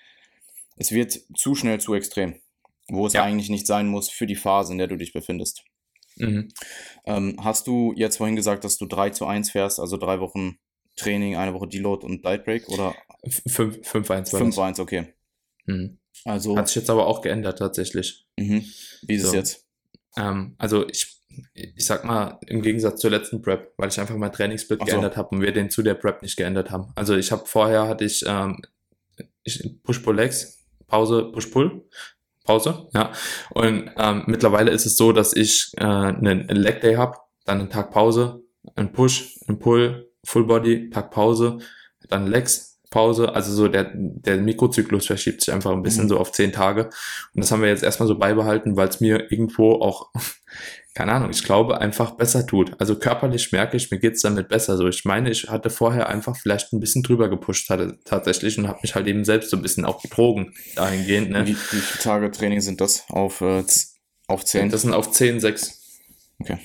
es wird zu schnell zu extrem, wo es Ja. eigentlich nicht sein muss für die Phase, in der du dich befindest. Mhm. Ähm, hast du jetzt vorhin gesagt, dass du drei zu eins fährst, also drei Wochen Training, eine Woche Deload und Diet Break oder fünf eins war fünf das. eins, okay. Mhm. Also, Hat sich jetzt aber auch geändert tatsächlich. mhm. Wie ist es So. jetzt? Ähm, also ich, ich sag mal, im Gegensatz zur letzten Prep, weil ich einfach mein Trainingssplit Ach so. geändert habe und wir den zu der Prep nicht geändert haben. Also ich habe vorher hatte ich, ähm, ich Push-Pull-Legs, Pause, Push-Pull, Pause, ja. Und ähm, mittlerweile ist es so, dass ich äh, einen Leg Day habe, dann einen Tag Pause, einen Push, einen Pull, Full Body, Tag Pause, dann Legs, Pause. Also so der der Mikrozyklus verschiebt sich einfach ein bisschen Mhm. so auf zehn Tage. Und das haben wir jetzt erstmal so beibehalten, weil es mir irgendwo auch, keine Ahnung, ich glaube, einfach besser tut. Also körperlich merke ich, mir geht's damit besser. So, ich meine, ich hatte vorher einfach vielleicht ein bisschen drüber gepusht hatte, tatsächlich und habe mich halt eben selbst so ein bisschen auch betrogen dahingehend. Ne? Wie, wie viele Tage Training sind das auf, äh, z- auf zehn? Das sind auf zehn, sechs. Okay.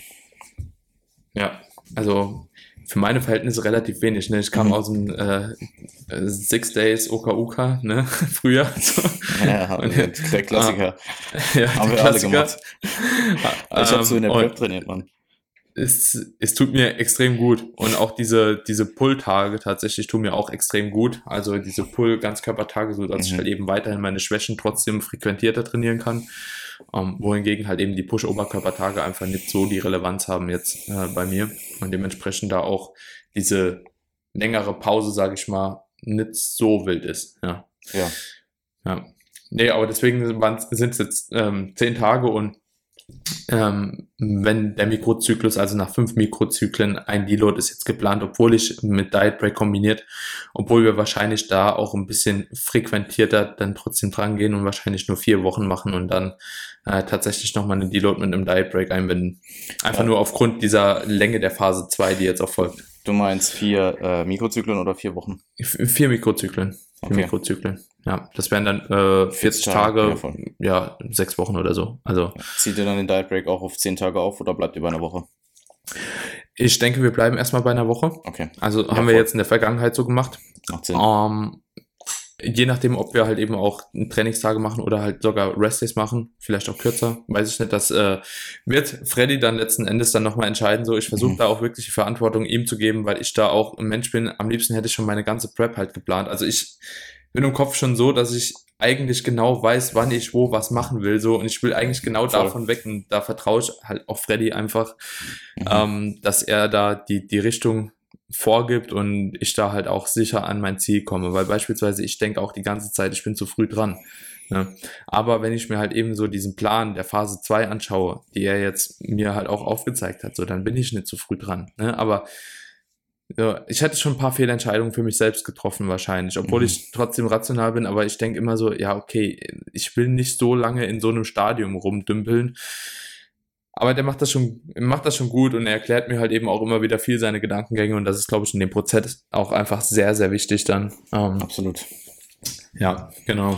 Ja, also für meine Verhältnisse relativ wenig. Ne? Ich kam Mhm. aus dem äh, Six Days O K U K, ne? Früher. So. Ja, Und, der Klassiker. ja, Haben der wir alle Klassiker. gemacht. Ich habe so in der Ähm, Prep und trainiert, Mann. es, es tut mir extrem gut. Und auch diese, diese Pull-Tage tatsächlich tun mir auch extrem gut. Also diese Pull-Ganzkörpertage, so dass ich Mhm. halt eben weiterhin meine Schwächen trotzdem frequentierter trainieren kann. Ähm, wohingegen halt eben die Push-Oberkörpertage einfach nicht so die Relevanz haben jetzt äh, bei mir. Und dementsprechend da auch diese längere Pause, sage ich mal, nicht so wild ist. Ja. Ja. Ja. Nee, aber deswegen sind es jetzt ähm, zehn Tage und ähm, wenn der Mikrozyklus, also nach fünf Mikrozyklen, ein Deload ist jetzt geplant, obwohl ich mit Diet Break kombiniert, obwohl wir wahrscheinlich da auch ein bisschen frequentierter dann trotzdem dran gehen und wahrscheinlich nur vier Wochen machen und dann äh, tatsächlich nochmal einen Deload mit einem Diet Break einbinden. Einfach Ja. nur aufgrund dieser Länge der Phase zwei, die jetzt auch folgt. Du meinst vier äh, Mikrozyklen oder vier Wochen? V- Vier Mikrozyklen. Vier Okay. Mikrozyklen. Ja, das wären dann äh, vierzig Tage, Ja, ja, voll. ja, sechs Wochen oder so. Also Zieht ihr dann den Diet Break auch auf zehn Tage auf oder bleibt ihr bei einer Woche? ich denke, wir bleiben erstmal bei einer Woche. Okay. Also Ja, haben wir voll. jetzt in der Vergangenheit so gemacht. Macht Sinn. Ähm, je nachdem, ob wir halt eben auch Trainingstage machen oder halt sogar Restdays machen, vielleicht auch kürzer, weiß ich nicht. Das äh, wird Freddy dann letzten Endes dann nochmal entscheiden. So, ich versuche Mhm. da auch wirklich die Verantwortung ihm zu geben, weil ich da auch ein Mensch bin. Am liebsten hätte ich schon meine ganze Prep halt geplant. Also ich bin im Kopf schon so, dass ich eigentlich genau weiß, wann ich wo was machen will. So, und ich will eigentlich genau Voll. davon weg. Und da vertraue ich halt auch Freddy einfach, Mhm. ähm, dass er da die, die Richtung vorgibt und ich da halt auch sicher an mein Ziel komme, weil beispielsweise ich denke auch die ganze Zeit, ich bin zu früh dran. Ne? Aber wenn ich mir halt eben so diesen Plan der Phase zwei anschaue, die er jetzt mir halt auch aufgezeigt hat, so dann bin ich nicht zu früh dran. Ne? Aber ja, ich hätte schon ein paar Fehlentscheidungen für mich selbst getroffen wahrscheinlich, obwohl Mhm. ich trotzdem rational bin, aber ich denke immer so, ja okay, ich will nicht so lange in so einem Stadium rumdümpeln. Aber der macht das schon, macht das schon gut und er erklärt mir halt eben auch immer wieder viel seine Gedankengänge und das ist, glaube ich, in dem Prozess auch einfach sehr, sehr wichtig dann. Ähm, Absolut. ja, genau.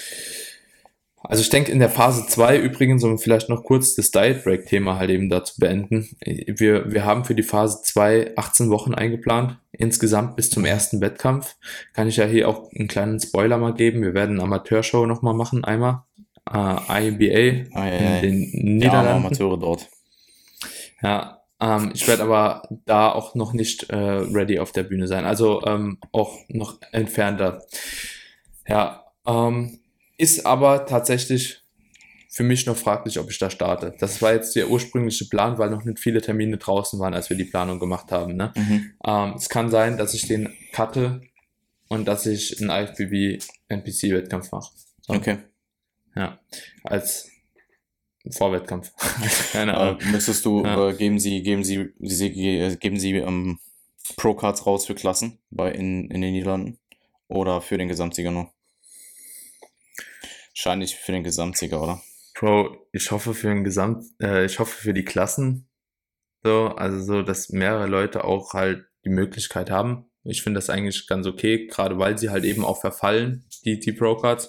Also ich denke in der Phase zwei übrigens, um vielleicht noch kurz das Diet Break Thema halt eben dazu beenden. Wir, wir haben für die Phase zwei achtzehn Wochen eingeplant, insgesamt bis zum ersten Wettkampf. Kann ich ja hier auch einen kleinen Spoiler mal geben. Wir werden eine Amateurshow nochmal machen, einmal. Uh, I M B A Ah, ja, in ja. den Die armen Niederlanden. Amateure dort. Ja, ähm, ich werde aber da auch noch nicht äh, ready auf der Bühne sein. Also ähm, auch noch entfernter. Ja, ähm, ist aber tatsächlich für mich noch fraglich, ob ich da starte. Das war jetzt der ursprüngliche Plan, weil noch nicht viele Termine draußen waren, als wir die Planung gemacht haben. Ne? Mhm. Ähm, es kann sein, dass ich den cutte und dass ich einen I F B B N P C-Wettkampf mache. So. Okay. Ja, als Vorwettkampf. Keine Ahnung. Äh, müsstest du, Ja. äh, geben Sie, geben Sie, Sie äh, geben Sie ähm, Pro-Cards raus für Klassen bei in, in den Niederlanden oder für den Gesamtsieger nur? Wahrscheinlich für den Gesamtsieger, oder? Bro, ich hoffe für den Gesamt, äh, ich hoffe für die Klassen, so, also so, dass mehrere Leute auch halt die Möglichkeit haben. Ich finde das eigentlich ganz okay, gerade weil sie halt eben auch verfallen, die, die Pro-Cards.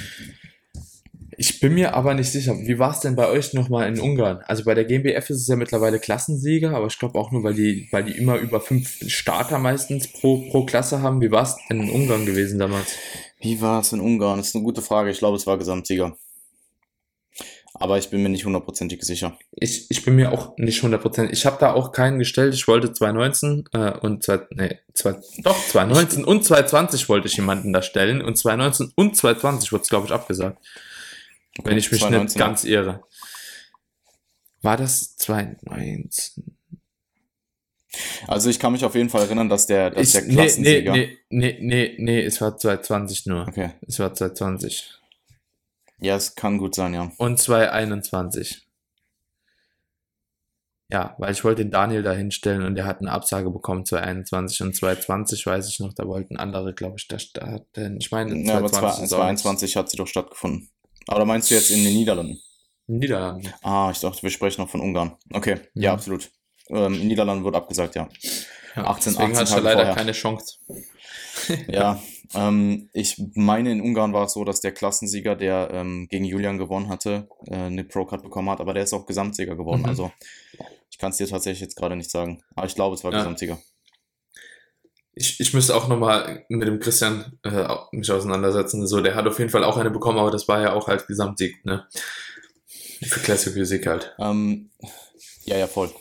Ich bin mir aber nicht sicher, wie war es denn bei euch nochmal in Ungarn? Also bei der G M B F ist es ja mittlerweile Klassensieger, aber ich glaube auch nur, weil die, weil die immer über fünf Starter meistens pro, pro Klasse haben. Wie war es denn in Ungarn gewesen damals? Wie war es in Ungarn? Das ist eine gute Frage. Ich glaube, es war Gesamtsieger. Aber ich bin mir nicht hundertprozentig sicher. Ich, ich bin mir auch nicht hundert Prozent. Ich habe da auch keinen gestellt. Ich wollte zwanzig neunzehn äh, und zwei, nee, zwei, doch zwanzig neunzehn ich, und zwanzig zwanzig wollte ich jemanden da stellen. Und zwanzig neunzehn und zwanzig zwanzig wurde es, glaube ich, abgesagt. Okay, wenn ich mich nicht ganz irre. War das zwanzig neunzehn? Also ich kann mich auf jeden Fall erinnern, dass der, dass ich, der Klassensieger... Nee, nee, nee, nee, nee, es war zwanzig zwanzig nur. Okay. Es war zwanzig zwanzig. Ja, es kann gut sein, ja. Und zwanzig einundzwanzig. Ja, weil ich wollte den Daniel da hinstellen und der hat eine Absage bekommen, zwanzig einundzwanzig und zwanzig zwanzig, weiß ich noch, da wollten andere, glaube ich, da starten. Ich meine, ja, aber zwanzig einundzwanzig hat sie doch stattgefunden. Aber da meinst du jetzt in den Niederlanden? In den Niederlanden. Ah, ich dachte, wir sprechen noch von Ungarn. Okay, ja, ja absolut. Ähm, in Niederlanden wurde abgesagt, ja. ja achtzehn, deswegen hatte ich leider vorher. keine Chance. Ja, ähm, ich meine, in Ungarn war es so, dass der Klassensieger, der ähm, gegen Julian gewonnen hatte, äh, eine Pro-Card bekommen hat, aber der ist auch Gesamtsieger geworden. Mhm. Also ich kann es dir tatsächlich jetzt gerade nicht sagen. Aber ich glaube, es war ja. Gesamtsieger. Ich, ich müsste auch nochmal mit dem Christian äh, mich auseinandersetzen. So, der hat auf jeden Fall auch eine bekommen, aber das war ja auch halt Gesamtsieg, ne? Für Classic Physik halt. Ähm, ja, ja, voll.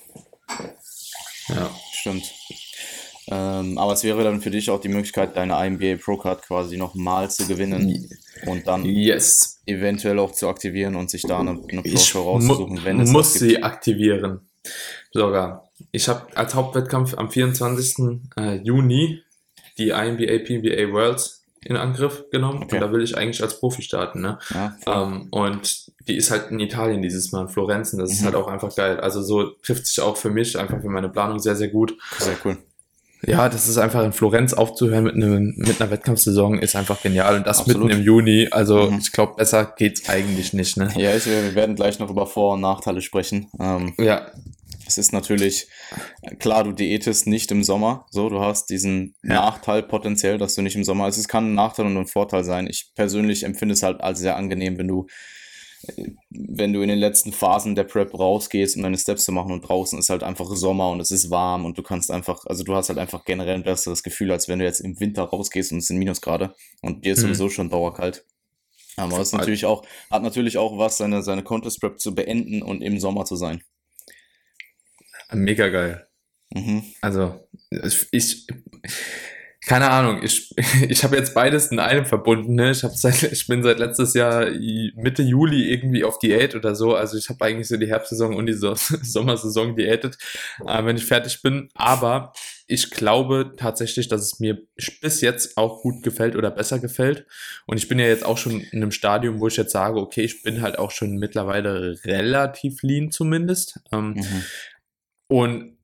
Ja. Stimmt. Ähm, aber es wäre dann für dich auch die Möglichkeit, deine I M B A Pro Card quasi nochmal zu gewinnen und dann yes. eventuell auch zu aktivieren und sich da eine, eine Pro Show ich rauszusuchen, mu- wenn es muss sie aktivieren. Sogar. Ich habe als Hauptwettkampf am vierundzwanzigsten Juni die I M B A P M B A Worlds in Angriff genommen okay. Und da will ich eigentlich als Profi starten, ne? Ja, ähm, und die ist halt in Italien dieses Mal, in Florenzen, das mhm. ist halt auch einfach geil. Also so trifft sich auch für mich, einfach für meine Planung sehr, sehr gut. Sehr cool. Ja, das ist einfach in Florenz aufzuhören mit, einem, mit einer Wettkampfsaison ist einfach genial und das Absolut. Mitten im Juni, also mhm. ich glaube, besser geht's eigentlich nicht, ne? Ja, ich, wir werden gleich noch über Vor- und Nachteile sprechen. Ähm, ja. Es ist natürlich, klar, du diätest nicht im Sommer, so, du hast diesen ja. Nachteil potenziell, dass du nicht im Sommer, also es kann ein Nachteil und ein Vorteil sein. Ich persönlich empfinde es halt als sehr angenehm, wenn du wenn du in den letzten Phasen der Prep rausgehst, um deine Steps zu machen und draußen ist halt einfach Sommer und es ist warm und du kannst einfach, also du hast halt einfach generell ein besseres Gefühl, als wenn du jetzt im Winter rausgehst und es sind Minusgrade und dir ist mhm. sowieso schon dauerkalt. Aber es ist natürlich auch, hat natürlich auch was, seine, seine Contest Prep zu beenden und im Sommer zu sein. Mega geil. Mhm. Also, ich, keine Ahnung, ich, ich habe jetzt beides in einem verbunden, ne? Ich, hab seit, ich bin seit letztes Jahr Mitte Juli irgendwie auf Diät oder so, also ich habe eigentlich so die Herbstsaison und die so- Sommersaison diätet, äh, wenn ich fertig bin, aber ich glaube tatsächlich, dass es mir bis jetzt auch gut gefällt oder besser gefällt und ich bin ja jetzt auch schon in einem Stadium, wo ich jetzt sage, okay, ich bin halt auch schon mittlerweile relativ lean zumindest, ähm, Mhm. und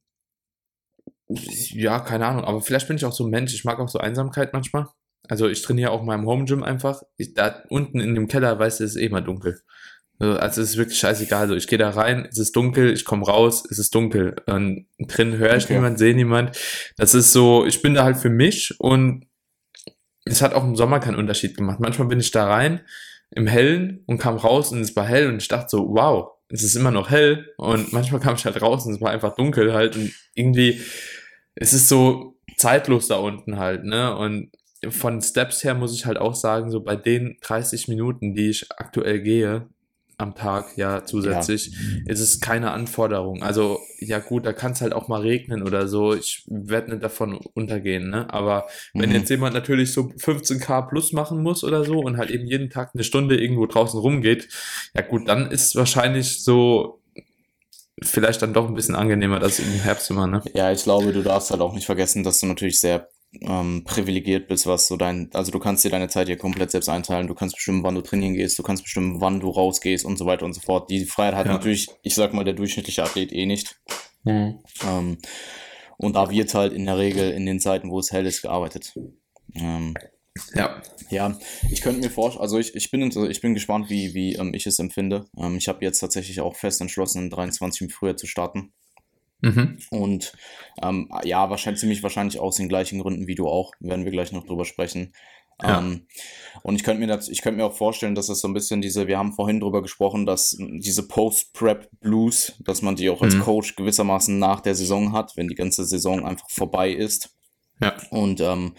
ja, keine Ahnung, aber vielleicht bin ich auch so ein Mensch, ich mag auch so Einsamkeit manchmal. Also ich trainiere auch in meinem Home Gym einfach. Ich, da unten in dem Keller, weißt du, ist eh immer dunkel. Also es ist wirklich scheißegal. Also ich gehe da rein, es ist dunkel, ich komme raus, es ist dunkel. Und drin höre ich Okay. niemand, sehe niemand. Das ist so, ich bin da halt für mich und es hat auch im Sommer keinen Unterschied gemacht. Manchmal bin ich da rein im Hellen und kam raus und es war hell und ich dachte so, wow, es ist immer noch hell. Und manchmal kam ich halt raus und es war einfach dunkel halt und irgendwie, es ist so zeitlos da unten halt, ne? Und von Steps her muss ich halt auch sagen, so bei den dreißig Minuten, die ich aktuell gehe am Tag, ja, zusätzlich, ist es keine Anforderung. Also, ja gut, da kann es halt auch mal regnen oder so. Ich werde nicht davon untergehen, ne? Aber wenn Mhm. jetzt jemand natürlich so fünfzehn K plus machen muss oder so und halt eben jeden Tag eine Stunde irgendwo draußen rumgeht, ja gut, dann ist wahrscheinlich so vielleicht dann doch ein bisschen angenehmer, das im Herbst immer, ne? Ja, ich glaube, du darfst halt auch nicht vergessen, dass du natürlich sehr ähm, privilegiert bist, was so dein, also du kannst dir deine Zeit hier komplett selbst einteilen, du kannst bestimmen, wann du trainieren gehst, du kannst bestimmen, wann du rausgehst und so weiter und so fort. Die Freiheit hat Ja. natürlich, ich sag mal, der durchschnittliche Athlet eh nicht. Mhm. Ähm, und da wird halt in der Regel in den Zeiten, wo es hell ist, gearbeitet. Ähm, Ja. ja, ich könnte mir vorstellen, also ich, ich bin inter- ich bin gespannt, wie, wie ähm, ich es empfinde. Ähm, ich habe jetzt tatsächlich auch fest entschlossen, in dreiundzwanzig im Frühjahr zu starten. Mhm. Und ähm, ja, wahrscheinlich ziemlich wahrscheinlich aus den gleichen Gründen wie du auch, werden wir gleich noch drüber sprechen. Ja. Ähm, und ich könnte mir das, ich könnte mir auch vorstellen, dass es so ein bisschen diese, wir haben vorhin drüber gesprochen, dass diese Post-Prep-Blues, dass man die auch als Mhm. Coach gewissermaßen nach der Saison hat, wenn die ganze Saison einfach vorbei ist. Ja. Und ähm,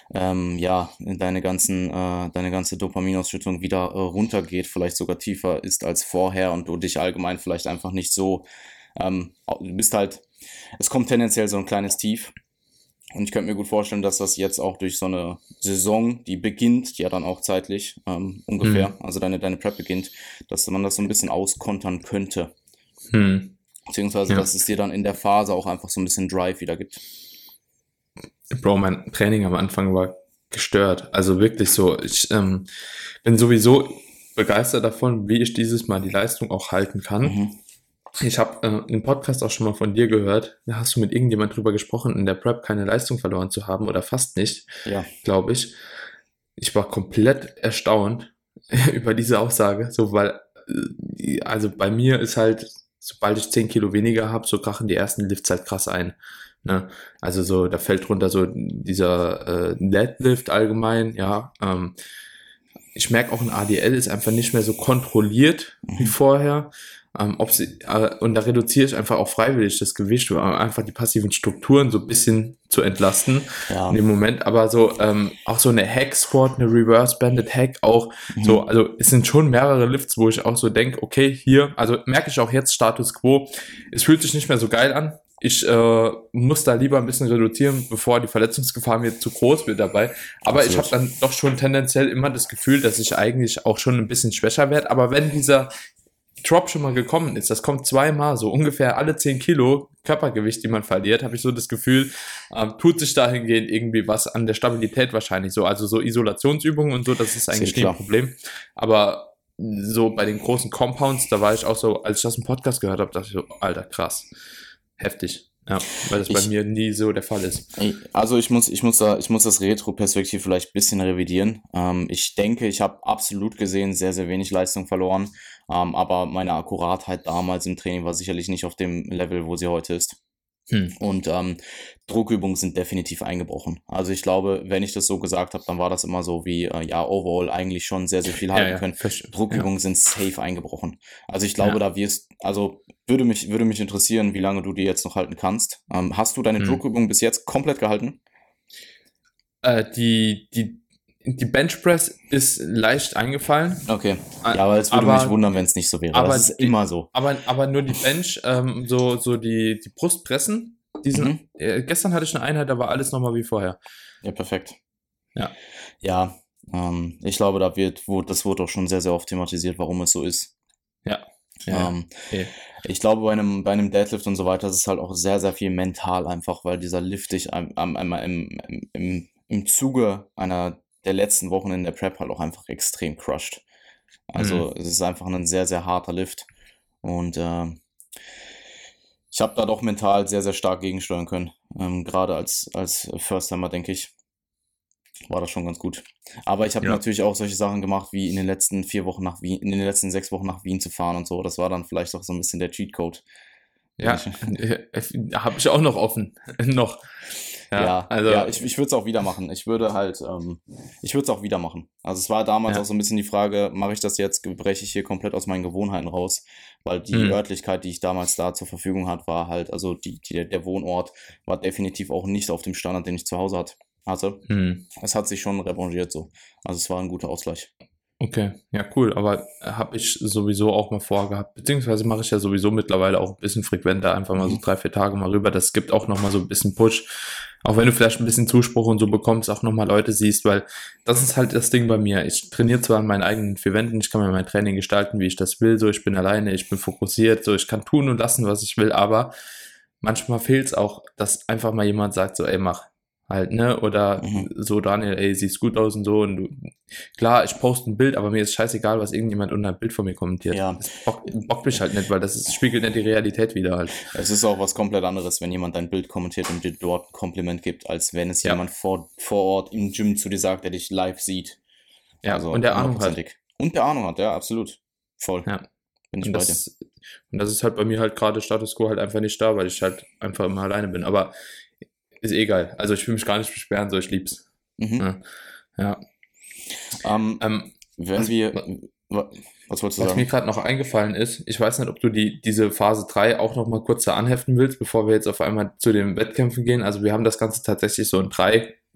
ähm, ja, deine ganzen, äh, deine ganze Dopaminausschüttung wieder äh, runtergeht, vielleicht sogar tiefer ist als vorher und du dich allgemein vielleicht einfach nicht so, ähm, du bist halt, es kommt tendenziell so ein kleines Tief. Und ich könnte mir gut vorstellen, dass das jetzt auch durch so eine Saison, die beginnt, ja dann auch zeitlich ähm, ungefähr, Hm. also deine, deine Prep beginnt, dass man das so ein bisschen auskontern könnte. Hm. Beziehungsweise, Ja. dass es dir dann in der Phase auch einfach so ein bisschen Drive wieder gibt. Bro, mein Training am Anfang war gestört. Also wirklich so. Ich ähm, bin sowieso begeistert davon, wie ich dieses Mal die Leistung auch halten kann. Mhm. Ich habe äh, im Podcast auch schon mal von dir gehört, da hast du mit irgendjemand drüber gesprochen, in der Prep keine Leistung verloren zu haben oder fast nicht, Ja, glaube ich. Ich war komplett erstaunt über diese Aussage, so weil, äh, also bei mir ist halt, sobald ich zehn Kilo weniger habe, so krachen die ersten Lifts halt krass ein. Ne? Also so, da fällt drunter so dieser äh, Deadlift allgemein, ja. Ähm, ich merke auch, ein A D L ist einfach nicht mehr so kontrolliert wie mhm. vorher. Ähm, ob sie, äh, und da reduziere ich einfach auch freiwillig das Gewicht, um einfach die passiven Strukturen so ein bisschen zu entlasten Ja, in dem Moment. Aber so ähm, auch so eine Hack Squat, eine Reverse Banded Hack, auch so, mhm. also es sind schon mehrere Lifts, wo ich auch so denke, okay, hier, also merke ich auch jetzt Status Quo, es fühlt sich nicht mehr so geil an. Ich äh, muss da lieber ein bisschen reduzieren, bevor die Verletzungsgefahr mir zu groß wird dabei. Aber ich habe Absolut. dann doch schon tendenziell immer das Gefühl, dass ich eigentlich auch schon ein bisschen schwächer werde. Aber wenn dieser Drop schon mal gekommen ist, das kommt zweimal, so ungefähr alle zehn Kilo Körpergewicht, die man verliert, habe ich so das Gefühl, ähm, tut sich dahingehend irgendwie was an der Stabilität wahrscheinlich so. Also so Isolationsübungen und so, das ist Sehr eigentlich nie ein klar. Problem. Aber so bei den großen Compounds, da war ich auch so, als ich das im Podcast gehört habe, dachte ich so, Alter, krass. Heftig. Ja, weil das bei Ich, mir nie so der Fall ist. also ich muss, ich muss da, ich muss das Retro-Perspektiv vielleicht ein bisschen revidieren. Ähm, ich denke, ich habe absolut gesehen sehr, sehr wenig Leistung verloren. Ähm, aber meine Akkuratheit damals im Training war sicherlich nicht auf dem Level, wo sie heute ist. Hm. Und ähm, Druckübungen sind definitiv eingebrochen. Also ich glaube, wenn ich das so gesagt habe, dann war das immer so wie, äh, ja, overall eigentlich schon sehr, sehr viel Ja, halten ja, können. verstehe. Druckübungen Ja. sind safe eingebrochen. Also ich glaube, Ja. da wirst, also würde mich, würde mich interessieren, wie lange du die jetzt noch halten kannst. Ähm, hast du deine Hm. Druckübungen bis jetzt komplett gehalten? Äh, die, die, die Benchpress ist leicht eingefallen. Okay. Äh, Ja, aber es würde mich aber, wundern, wenn es nicht so wäre. aber, Das ist die, immer so. aber, aber nur die Bench, ähm, so, so die, die Brustpressen, die sind, Mhm. äh, gestern hatte ich eine Einheit, da war alles nochmal wie vorher. Ja, perfekt. Ja. Ja, ähm, ich glaube, da wird, wo, das wurde auch schon sehr, sehr oft thematisiert, warum es so ist. Ja. Ja. Ähm, Okay. Ich glaube, bei einem, bei einem Deadlift und so weiter ist es halt auch sehr, sehr viel mental einfach, weil dieser Lift dich am, am, am, im, im, im, im Zuge einer der letzten Wochen in der Prep halt auch einfach extrem crushed. Also Hm. es ist einfach ein sehr, sehr harter Lift. Und ähm, ich habe da doch mental sehr, sehr stark gegensteuern können. Ähm, gerade als, als First-Timer, denke ich, war das schon ganz gut. Aber ich habe Ja. natürlich auch solche Sachen gemacht, wie in den letzten vier Wochen nach Wien, in den letzten sechs Wochen nach Wien zu fahren und so. Das war dann vielleicht auch so ein bisschen der Cheatcode. Den Ja, ich, äh, habe ich auch noch offen. noch. Ja, ja, also, ja, ich, ich würde es auch wieder machen. Ich würde halt, ähm, ich würde es auch wieder machen. Also es war damals ja. auch so ein bisschen die Frage, mache ich das jetzt, breche ich hier komplett aus meinen Gewohnheiten raus? Weil die Hm. Örtlichkeit, die ich damals da zur Verfügung hatte, war halt, also die, die, der Wohnort war definitiv auch nicht auf dem Standard, den ich zu Hause hat, hatte. Hm. Es hat sich schon revanchiert so. Also es war ein guter Ausgleich. Okay, ja, cool. Aber habe ich sowieso auch mal vorgehabt. Beziehungsweise mache ich ja sowieso mittlerweile auch ein bisschen frequenter, einfach mal so Mhm. drei, vier Tage mal rüber. Das gibt auch nochmal so ein bisschen Push. Auch wenn du vielleicht ein bisschen Zuspruch und so bekommst, auch nochmal Leute siehst, weil das ist halt das Ding bei mir. Ich trainiere zwar an meinen eigenen vier Wänden, ich kann mir mein Training gestalten, wie ich das will, so ich bin alleine, ich bin fokussiert, so ich kann tun und lassen, was ich will, aber manchmal fehlt es auch, dass einfach mal jemand sagt, so, ey, mach halt, ne? Oder Mhm. so, Daniel, ey, siehst gut aus und so. Und du, klar, ich poste ein Bild, aber mir ist scheißegal, was irgendjemand unter ein Bild von mir kommentiert. Ja, Das bockt, bockt mich halt nicht, weil das ist, spiegelt nicht die Realität wieder halt. es ist auch was komplett anderes, wenn jemand dein Bild kommentiert und dir dort ein Kompliment gibt, als wenn es Ja. jemand vor, vor Ort im Gym zu dir sagt, der dich live sieht. Ja, Also und der Ahnung hat. hundertprozentig. Und der Ahnung hat, ja, absolut. Voll. Ja. Bin ich Und bei dir. das, und das ist halt bei mir halt gerade Status Quo halt einfach nicht da, weil ich halt einfach immer alleine bin. Aber ist eh geil. Also ich will mich gar nicht beschweren, so ich lieb's. Mhm. Ja. Ja. Ähm, Ähm, wenn was, wir, wa- was wolltest du was mir sagen? gerade noch eingefallen ist, ich weiß nicht, ob du die, diese Phase drei auch noch mal kurz da anheften willst, bevor wir jetzt auf einmal zu den Wettkämpfen gehen. Also wir haben das Ganze tatsächlich so in drei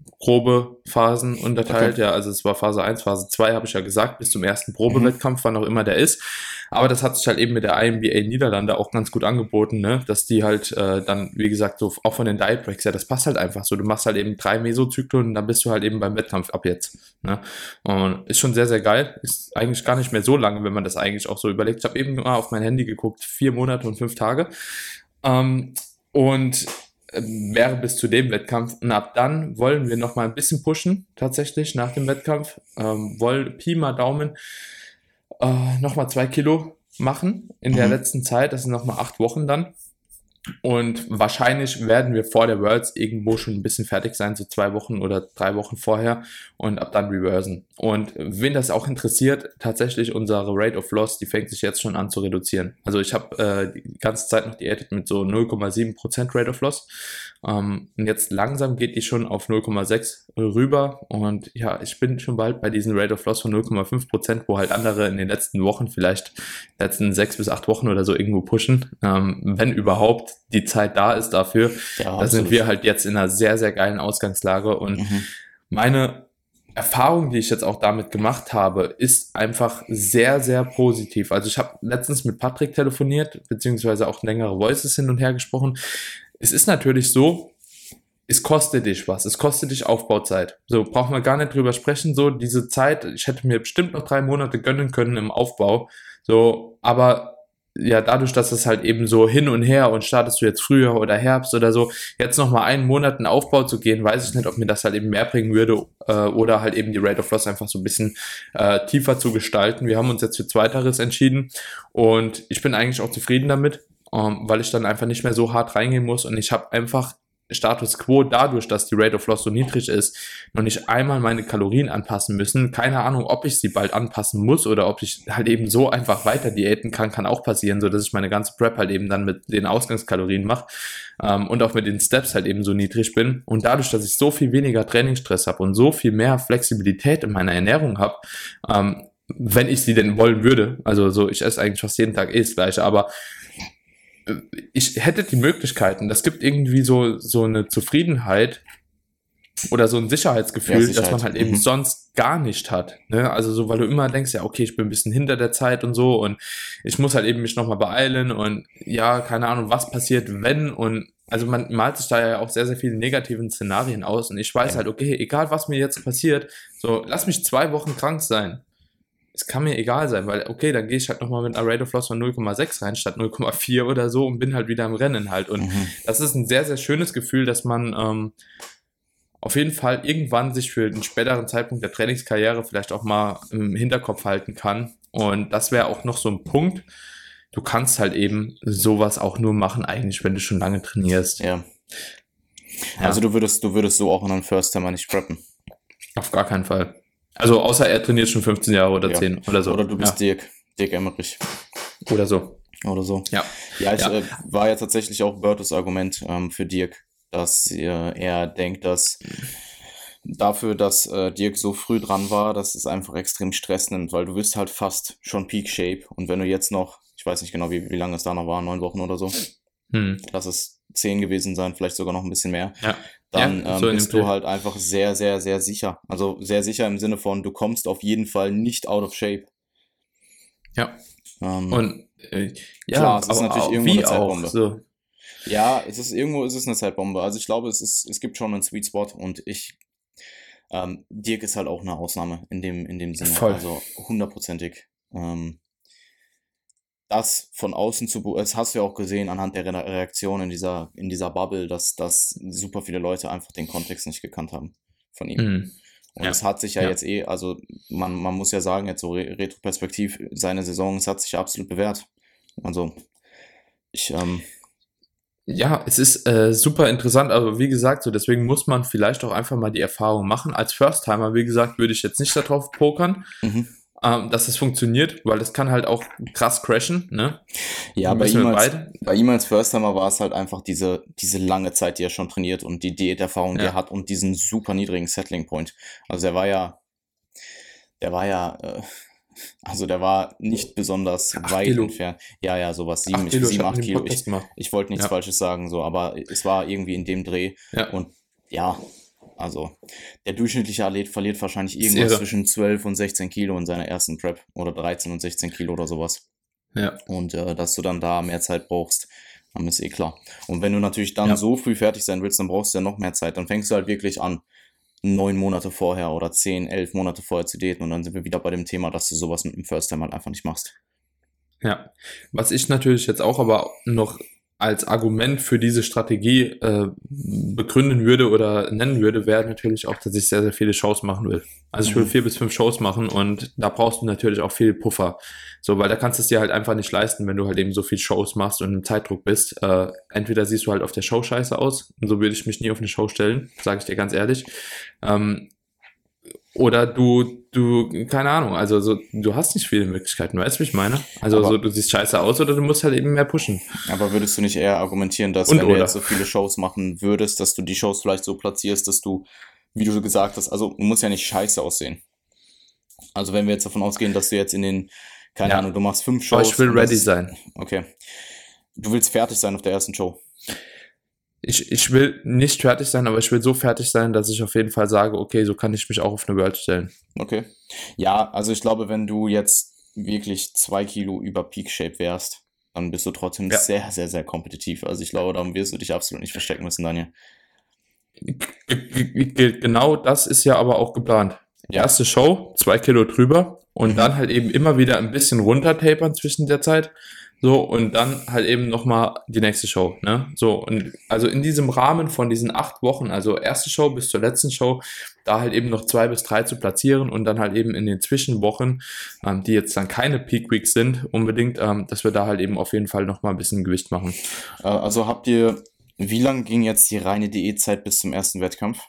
grobe Phasen unterteilt. Okay. Ja, also es war Phase eins, Phase zwei, habe ich ja gesagt, bis zum ersten Probewettkampf, wann auch immer der ist. Aber das hat sich halt eben mit der I N B A Niederlande auch ganz gut angeboten, ne? Dass die halt äh, dann, wie gesagt, so auch von den Diet Breaks, ja, das passt halt einfach so. Du machst halt eben drei Mesozyklen und dann bist du halt eben beim Wettkampf ab jetzt. Ne? Und ist schon sehr, sehr geil. Ist eigentlich gar nicht mehr so lange, wenn man das eigentlich auch so überlegt. Ich habe eben mal auf mein Handy geguckt, vier Monate und fünf Tage. Ähm, und äh, wäre bis zu dem Wettkampf. Und ab dann wollen wir nochmal ein bisschen pushen, tatsächlich, nach dem Wettkampf. Ähm, wollen Pi mal Daumen äh, nochmal zwei Kilo machen in der Mhm. letzten Zeit. Das sind nochmal acht Wochen dann. Und wahrscheinlich werden wir vor der Worlds irgendwo schon ein bisschen fertig sein, so zwei Wochen oder drei Wochen vorher und ab dann reversen. Und wen das auch interessiert, tatsächlich unsere Rate of Loss, die fängt sich jetzt schon an zu reduzieren. Also ich habe äh, die ganze Zeit noch diätet mit so null Komma sieben Prozent Rate of Loss. Ähm, und jetzt langsam geht die schon auf null Komma sechs rüber. Und ja, ich bin schon bald bei diesem Rate of Loss von null Komma fünf Prozent, wo halt andere in den letzten Wochen, vielleicht letzten sechs bis acht Wochen oder so irgendwo pushen, ähm, wenn überhaupt die Zeit da ist dafür. Ja, Da sind absolut. wir halt jetzt in einer sehr, sehr geilen Ausgangslage. Und Mhm. meine Erfahrung, die ich jetzt auch damit gemacht habe, ist einfach sehr, sehr positiv. Also ich habe letztens mit Patrick telefoniert, beziehungsweise auch längere Voices hin und her gesprochen. Es ist natürlich so, es kostet dich was, es kostet dich Aufbauzeit. So, braucht man gar nicht drüber sprechen, so, diese Zeit, ich hätte mir bestimmt noch drei Monate gönnen können im Aufbau, so, aber ja, dadurch, dass es halt eben so hin und her und startest du jetzt Frühjahr oder Herbst oder so, jetzt nochmal einen Monat in Aufbau zu gehen, weiß ich nicht, ob mir das halt eben mehr bringen würde äh, oder halt eben die Rate of Loss einfach so ein bisschen äh, tiefer zu gestalten. Wir haben uns jetzt für Zweiteres entschieden und ich bin eigentlich auch zufrieden damit, ähm, weil ich dann einfach nicht mehr so hart reingehen muss und ich habe einfach Status Quo dadurch, dass die Rate of Loss so niedrig ist, noch nicht einmal meine Kalorien anpassen müssen. Keine Ahnung, ob ich sie bald anpassen muss oder ob ich halt eben so einfach weiter diäten kann, kann auch passieren, so dass ich meine ganze Prep halt eben dann mit den Ausgangskalorien mache ähm, und auch mit den Steps halt eben so niedrig bin. Und dadurch, dass ich so viel weniger Trainingsstress habe und so viel mehr Flexibilität in meiner Ernährung habe, ähm, wenn ich sie denn wollen würde, also so, ich esse eigentlich fast jeden Tag eh das Gleiche, aber ich hätte die Möglichkeiten, das gibt irgendwie so, so eine Zufriedenheit oder so ein Sicherheitsgefühl, Ja, Sicherheit. dass man halt eben Mhm. sonst gar nicht hat. Ne? Also so, weil du immer denkst, ja, okay, ich bin ein bisschen hinter der Zeit und so und ich muss halt eben mich nochmal beeilen und ja, keine Ahnung, was passiert, wenn und also man malt sich da ja auch sehr, sehr viele negativen Szenarien aus und ich weiß Ja. halt, okay, egal was mir jetzt passiert, so, lass mich zwei Wochen krank sein. Es kann mir egal sein, weil, okay, dann gehe ich halt nochmal mit einer Rate of Loss von null Komma sechs rein, statt null Komma vier oder so und bin halt wieder im Rennen halt. Und Mhm. das ist ein sehr, sehr schönes Gefühl, dass man ähm, auf jeden Fall irgendwann sich für einen späteren Zeitpunkt der Trainingskarriere vielleicht auch mal im Hinterkopf halten kann. Und das wäre auch noch so ein Punkt. Du kannst halt eben sowas auch nur machen, eigentlich, wenn du schon lange trainierst. Ja. Ja. Also du würdest, du würdest so auch einen First-Timer nicht preppen. Auf gar keinen Fall. Also außer er trainiert schon fünfzehn Jahre oder Ja. zehn oder so. Oder du bist ja. Dirk, Dirk Emmerich Oder so. oder so. Ja. Ja, ich Ja. Äh, war ja tatsächlich auch Bertus Argument ähm, für Dirk, dass äh, er denkt, dass dafür, dass äh, Dirk so früh dran war, dass es einfach extrem Stress nimmt, weil du bist halt fast schon Peak Shape und wenn du jetzt noch, ich weiß nicht genau, wie, wie lange es da noch war, neun Wochen oder so, Hm. lass es zehn gewesen sein, vielleicht sogar noch ein bisschen mehr, Ja. dann Ja, ähm, so in dem bist du Dreh. halt einfach sehr, sehr, sehr sicher. Also sehr sicher im Sinne von, du kommst auf jeden Fall nicht out of shape. Ja. Ähm, Und äh, ja, Klar, es ist aber natürlich auch, irgendwo wie eine Zeitbombe. auch so. Ja, es ist irgendwo ist es eine Zeitbombe. Also ich glaube, es ist, es gibt schon einen Sweet Spot und ich, ähm, Dirk ist halt auch eine Ausnahme in dem, in dem Sinne. Voll. Also hundertprozentig. Ähm, das von außen zu, be- das hast du ja auch gesehen anhand der Re- Reaktion in dieser, in dieser Bubble, dass, dass super viele Leute einfach den Kontext nicht gekannt haben von ihm. Hm. Und Ja. es hat sich ja, Ja. jetzt eh, also man, man muss ja sagen, jetzt so re retroperspektiv, seine Saison, es hat sich ja absolut bewährt. Also ich, ähm, Ja, es ist äh, super interessant, aber wie gesagt, so deswegen muss man vielleicht auch einfach mal die Erfahrung machen. Als First-Timer, wie gesagt, würde ich jetzt nicht darauf pokern, mhm. ähm, dass es funktioniert, weil das kann halt auch krass crashen, ne? Ja, bei Müssen ihm, wir als, beide. bei ihm als First-Timer war es halt einfach diese, diese lange Zeit, die er schon trainiert und die Diäterfahrung, die Ja. er hat und diesen super niedrigen Settling-Point. Also er war ja, der war ja, äh, also der war nicht besonders Acht weit Kilo. entfernt. Ja, ja, sowas, sieben, Acht Kilo, ich sieben hab acht mit dem Kilo. Podcast Ich, gemacht. ich wollte nichts Ja. Falsches sagen, so, aber es war irgendwie in dem Dreh Ja. und ja, Also, der durchschnittliche Athlet verliert wahrscheinlich irgendwas Irre. zwischen zwölf und sechzehn Kilo in seiner ersten Prep oder dreizehn und sechzehn Kilo oder sowas. Ja. Und äh, dass du dann da mehr Zeit brauchst, dann ist eh klar. Und wenn du natürlich dann Ja. so früh fertig sein willst, dann brauchst du ja noch mehr Zeit. Dann fängst du halt wirklich an, neun Monate vorher oder zehn, elf Monate vorher zu daten. Und dann sind wir wieder bei dem Thema, dass du sowas mit dem First Time halt einfach nicht machst. Ja, was ich natürlich jetzt auch aber noch als Argument für diese Strategie äh, begründen würde oder nennen würde, wäre natürlich auch, dass ich sehr, sehr viele Shows machen will. Also ich will Mhm. vier bis fünf Shows machen und da brauchst du natürlich auch viel Puffer. So, weil da kannst du es dir halt einfach nicht leisten, wenn du halt eben so viel Shows machst und im Zeitdruck bist. Äh, entweder siehst du halt auf der Show scheiße aus, und so würde ich mich nie auf eine Show stellen, sage ich dir ganz ehrlich. Ähm, Oder du, du, keine Ahnung, also so, du hast nicht viele Möglichkeiten, weißt du, wie ich meine? Also Aber- so, du siehst scheiße aus oder du musst halt eben mehr pushen. Aber würdest du nicht eher argumentieren, dass Und wenn du oder. jetzt so viele Shows machen würdest, dass du die Shows vielleicht so platzierst, dass du, wie du gesagt hast, also du musst ja nicht scheiße aussehen. Also wenn wir jetzt davon ausgehen, dass du jetzt in den, keine Ja. Ahnung, du machst fünf Shows. Aber ich will und das ready ist- sein. Okay. Du willst fertig sein auf der ersten Show. Ich, ich will nicht fertig sein, aber ich will so fertig sein, dass ich auf jeden Fall sage, okay, so kann ich mich auch auf eine World stellen. Okay. Ja, also ich glaube, wenn du jetzt wirklich zwei Kilo über Peak Shape wärst, dann bist du trotzdem Ja. sehr, sehr, sehr kompetitiv. Also ich glaube, darum wirst du dich absolut nicht verstecken müssen, Daniel. G- g- g- Genau das ist ja aber auch geplant. Ja. Erste Show, zwei Kilo drüber und Mhm. dann halt eben immer wieder ein bisschen runtertapern zwischen der Zeit. So, und dann halt eben nochmal die nächste Show, ne? So, und also in diesem Rahmen von diesen acht Wochen, also erste Show bis zur letzten Show, da halt eben noch zwei bis drei zu platzieren und dann halt eben in den Zwischenwochen, ähm, die jetzt dann keine Peak Weeks sind, unbedingt, ähm, dass wir da halt eben auf jeden Fall nochmal ein bisschen Gewicht machen. Äh, Also habt ihr, wie lang ging jetzt die reine Diätzeit bis zum ersten Wettkampf?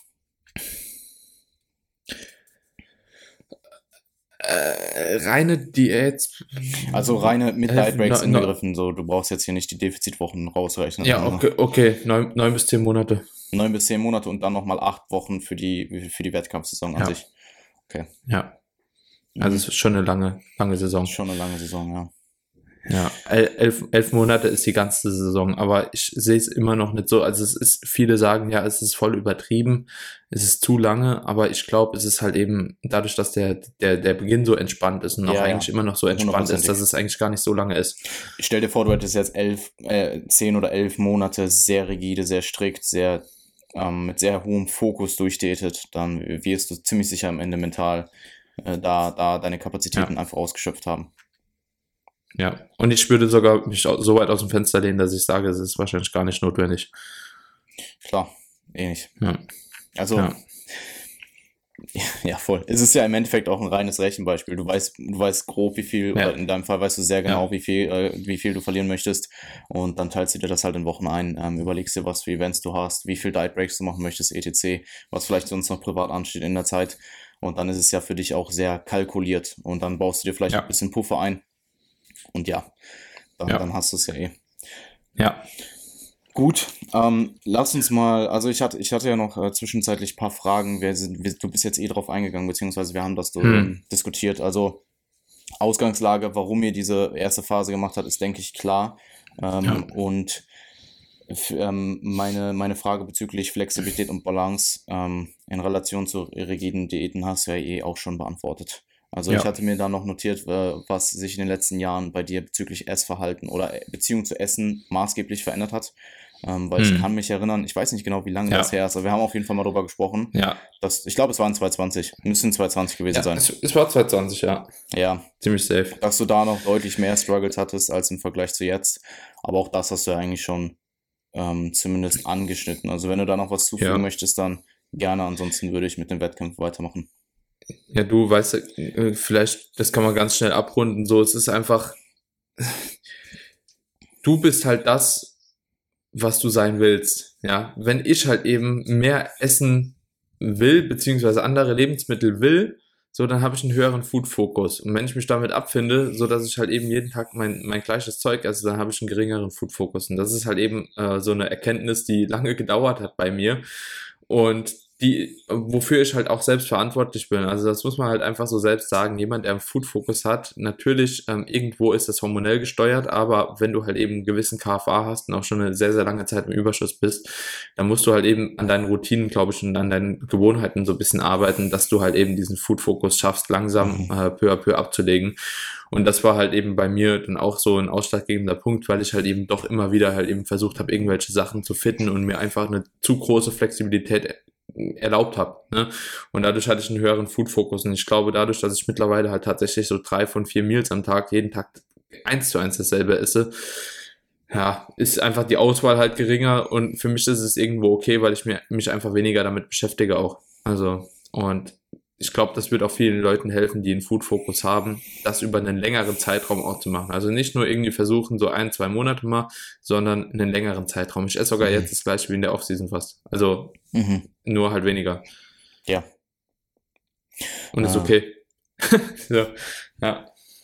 Äh, reine Diät. Also reine mit Elf, Diet Breaks neun- neun- inbegriffen, so du brauchst jetzt hier nicht die Defizitwochen rausrechnen. Ja, Also okay, okay, neun, neun bis zehn Monate. neun bis zehn Monate und dann nochmal acht Wochen für die, für die Wettkampfsaison an Ja. sich. Okay. Ja. Also es ist schon eine lange, lange Saison. Schon eine lange Saison, ja. Ja, el- elf, elf Monate ist die ganze Saison, aber ich sehe es immer noch nicht so. Also es ist, viele sagen, ja, es ist voll übertrieben, es ist zu lange, aber ich glaube, es ist halt eben dadurch, dass der, der, der Beginn so entspannt ist und auch Ja, ja. eigentlich immer noch so entspannt ist, Hundertprozentig. dass es eigentlich gar nicht so lange ist. Stell dir vor, du hättest jetzt elf, äh, zehn oder elf Monate sehr rigide, sehr strikt, sehr ähm, mit sehr hohem Fokus durchdatet, dann wirst du ziemlich sicher am Ende mental äh, da, da deine Kapazitäten einfach ausgeschöpft haben. Ja, und ich würde sogar mich au- so weit aus dem Fenster lehnen, dass ich sage, es ist wahrscheinlich gar nicht notwendig. Klar, eh nicht. Ja, Also, ja, ja, voll. Es ist ja im Endeffekt auch ein reines Rechenbeispiel. Du weißt, du weißt grob, wie viel, Ja. oder in deinem Fall weißt du sehr genau, Ja. wie viel, äh, wie viel du verlieren möchtest. Und dann teilst du dir das halt in Wochen ein, ähm, überlegst dir, was für Events du hast, wie viel Diet Breaks du machen möchtest, et cetera, was vielleicht sonst noch privat ansteht in der Zeit. Und dann ist es ja für dich auch sehr kalkuliert. Und dann baust du dir vielleicht Ja. ein bisschen Puffer ein. Und ja, dann, Ja. dann hast du es ja eh. ja, Gut, ähm, lass uns mal, also ich hatte, ich hatte ja noch äh, zwischenzeitlich ein paar Fragen. Wir sind, wir, du bist jetzt eh drauf eingegangen, beziehungsweise wir haben das so, Hm. ähm, diskutiert. Also Ausgangslage, warum ihr diese erste Phase gemacht habt, ist, denke ich, klar. Ähm, Ja. Und f- ähm, meine, meine Frage bezüglich Flexibilität und Balance ähm, in Relation zu rigiden Diäten hast du ja eh auch schon beantwortet. Also Ja. ich hatte mir da noch notiert, äh, was sich in den letzten Jahren bei dir bezüglich Essverhalten oder äh, Beziehung zu Essen maßgeblich verändert hat. Ähm, weil ich Hm. kann mich erinnern, ich weiß nicht genau, wie lange Ja. das her ist, aber wir haben auf jeden Fall mal drüber gesprochen. ja. Dass, ich glaube, es war in zwanzig zwanzig. Müsste in zwanzig zwanzig gewesen ja sein. es, es war zwanzig zwanzig, ja. Ja, Ziemlich safe. dass du da noch deutlich mehr Struggles hattest als im Vergleich zu jetzt. Aber auch das hast du ja eigentlich schon ähm, zumindest angeschnitten. Also wenn du da noch was zufügen Ja. möchtest, dann gerne. Ansonsten würde ich mit dem Wettkampf weitermachen. Ja, du weißt, äh, vielleicht, das kann man ganz schnell abrunden. So, es ist einfach, du bist halt das, was du sein willst. Ja, wenn ich halt eben mehr essen will, beziehungsweise andere Lebensmittel will, so, dann habe ich einen höheren Food-Fokus. Und wenn ich mich damit abfinde, so dass ich halt eben jeden Tag mein, mein gleiches Zeug esse, dann habe ich einen geringeren Food-Fokus. Und das ist halt eben äh, so eine Erkenntnis, die lange gedauert hat bei mir. Und die, wofür ich halt auch selbst verantwortlich bin. Also das muss man halt einfach so selbst sagen. Jemand, der einen Food-Fokus hat, natürlich, ähm, irgendwo ist das hormonell gesteuert, aber wenn du halt eben einen gewissen K F A hast und auch schon eine sehr, sehr lange Zeit im Überschuss bist, dann musst du halt eben an deinen Routinen, glaube ich, und an deinen Gewohnheiten so ein bisschen arbeiten, dass du halt eben diesen Food-Fokus schaffst, langsam Mhm. äh, peu à peu abzulegen. Und das war halt eben bei mir dann auch so ein ausschlaggebender Punkt, weil ich halt eben doch immer wieder halt eben versucht habe, irgendwelche Sachen zu fitten und mir einfach eine zu große Flexibilität erlaubt habe. Ne? Und dadurch hatte ich einen höheren Food-Fokus. Und ich glaube, dadurch, dass ich mittlerweile halt tatsächlich so drei von vier Meals am Tag, jeden Tag eins zu eins dasselbe esse, ja, ist einfach die Auswahl halt geringer und für mich ist es irgendwo okay, weil ich mir, mich einfach weniger damit beschäftige auch. Also, und ich glaube, das wird auch vielen Leuten helfen, die einen Food-Fokus haben, das über einen längeren Zeitraum auch zu machen. Also nicht nur irgendwie versuchen, so ein, zwei Monate mal, sondern einen längeren Zeitraum. Ich esse sogar Mhm. jetzt das gleiche wie in der Off-Season fast. Also Mhm. nur halt weniger. Ja. Und ist Äh, okay. So, ja.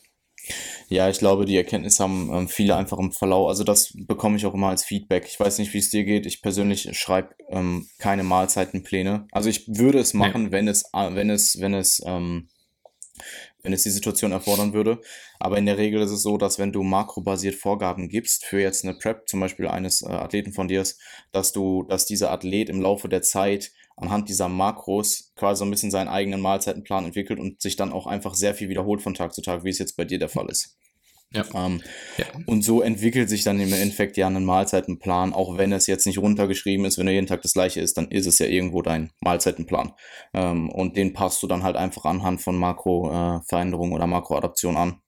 Ja, ich glaube, die Erkenntnis haben ähm, viele einfach im Verlauf. Also das bekomme ich auch immer als Feedback. Ich weiß nicht, wie es dir geht. Ich persönlich schreibe ähm, keine Mahlzeitenpläne. Also ich würde es Nee. machen, wenn es, äh, wenn es, wenn es, ähm, wenn es die Situation erfordern würde. Aber in der Regel ist es so, dass wenn du makrobasiert Vorgaben gibst für jetzt eine Prep, zum Beispiel eines äh, Athleten von dir, dass du, dass dieser Athlet im Laufe der Zeit anhand dieser Makros quasi so ein bisschen seinen eigenen Mahlzeitenplan entwickelt und sich dann auch einfach sehr viel wiederholt von Tag zu Tag, wie es jetzt bei dir der Fall ist. Ja. Ähm, Ja. und so entwickelt sich dann im Endeffekt ja ein Mahlzeitenplan, auch wenn es jetzt nicht runtergeschrieben ist, wenn er jeden Tag das gleiche isst, dann ist es ja irgendwo dein Mahlzeitenplan. Ähm, und den passt du dann halt einfach anhand von Makroveränderungen äh, oder Makroadaption an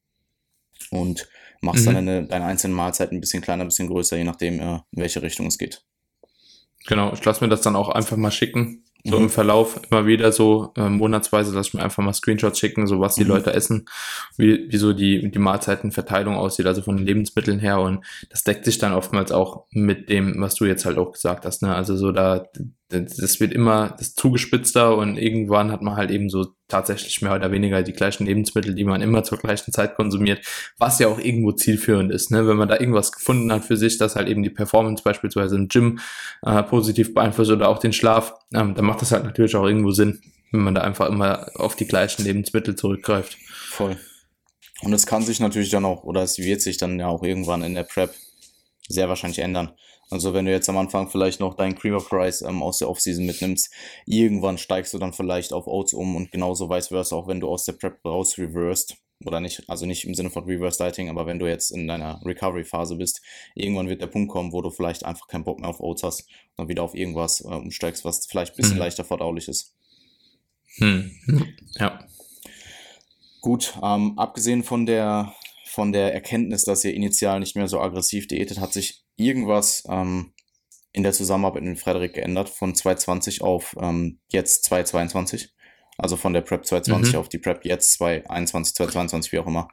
und machst dann Mhm. deine, deine einzelnen Mahlzeiten ein bisschen kleiner, ein bisschen größer, je nachdem, äh, in welche Richtung es geht. Genau, ich lasse mir das dann auch einfach mal schicken. So im Mhm. Verlauf immer wieder so äh, monatsweise lasse ich mir einfach mal Screenshots schicken, so was die Mhm. Leute essen, wie, wie so die, die Mahlzeitenverteilung aussieht, also von den Lebensmitteln her. Und das deckt sich dann oftmals auch mit dem, was du jetzt halt auch gesagt hast. Ne? Also so da, das wird immer das zugespitzter und irgendwann hat man halt eben so tatsächlich mehr oder weniger die gleichen Lebensmittel, die man immer zur gleichen Zeit konsumiert, was ja auch irgendwo zielführend ist. Ne? Wenn man da irgendwas gefunden hat für sich, das halt eben die Performance beispielsweise im Gym äh, positiv beeinflusst oder auch den Schlaf, ähm, dann macht das halt natürlich auch irgendwo Sinn, wenn man da einfach immer auf die gleichen Lebensmittel zurückgreift. Voll. Und es kann sich natürlich dann auch, oder es wird sich dann ja auch irgendwann in der Prep sehr wahrscheinlich ändern. Also wenn du jetzt am Anfang vielleicht noch deinen Cream of Rice ähm, aus der Offseason mitnimmst, irgendwann steigst du dann vielleicht auf Oats um und genauso vice versa, auch wenn du aus der Prep raus reversed, oder nicht, also nicht im Sinne von Reverse Dieting, aber wenn du jetzt in deiner Recovery-Phase bist, irgendwann wird der Punkt kommen, wo du vielleicht einfach keinen Bock mehr auf Oats hast und dann wieder auf irgendwas äh, umsteigst, was vielleicht ein bisschen Hm. leichter verdaulich ist. Hm. Ja. Gut, ähm, abgesehen von der, von der Erkenntnis, dass ihr initial nicht mehr so aggressiv diätet, hat sich irgendwas ähm, in der Zusammenarbeit mit Frederik geändert von zwanzig zwanzig auf ähm, jetzt zwanzig zweiundzwanzig? Also von der Prep zwanzig zwanzig Mhm. auf die Prep jetzt zwanzig einundzwanzig, zwanzig zweiundzwanzig, wie auch immer.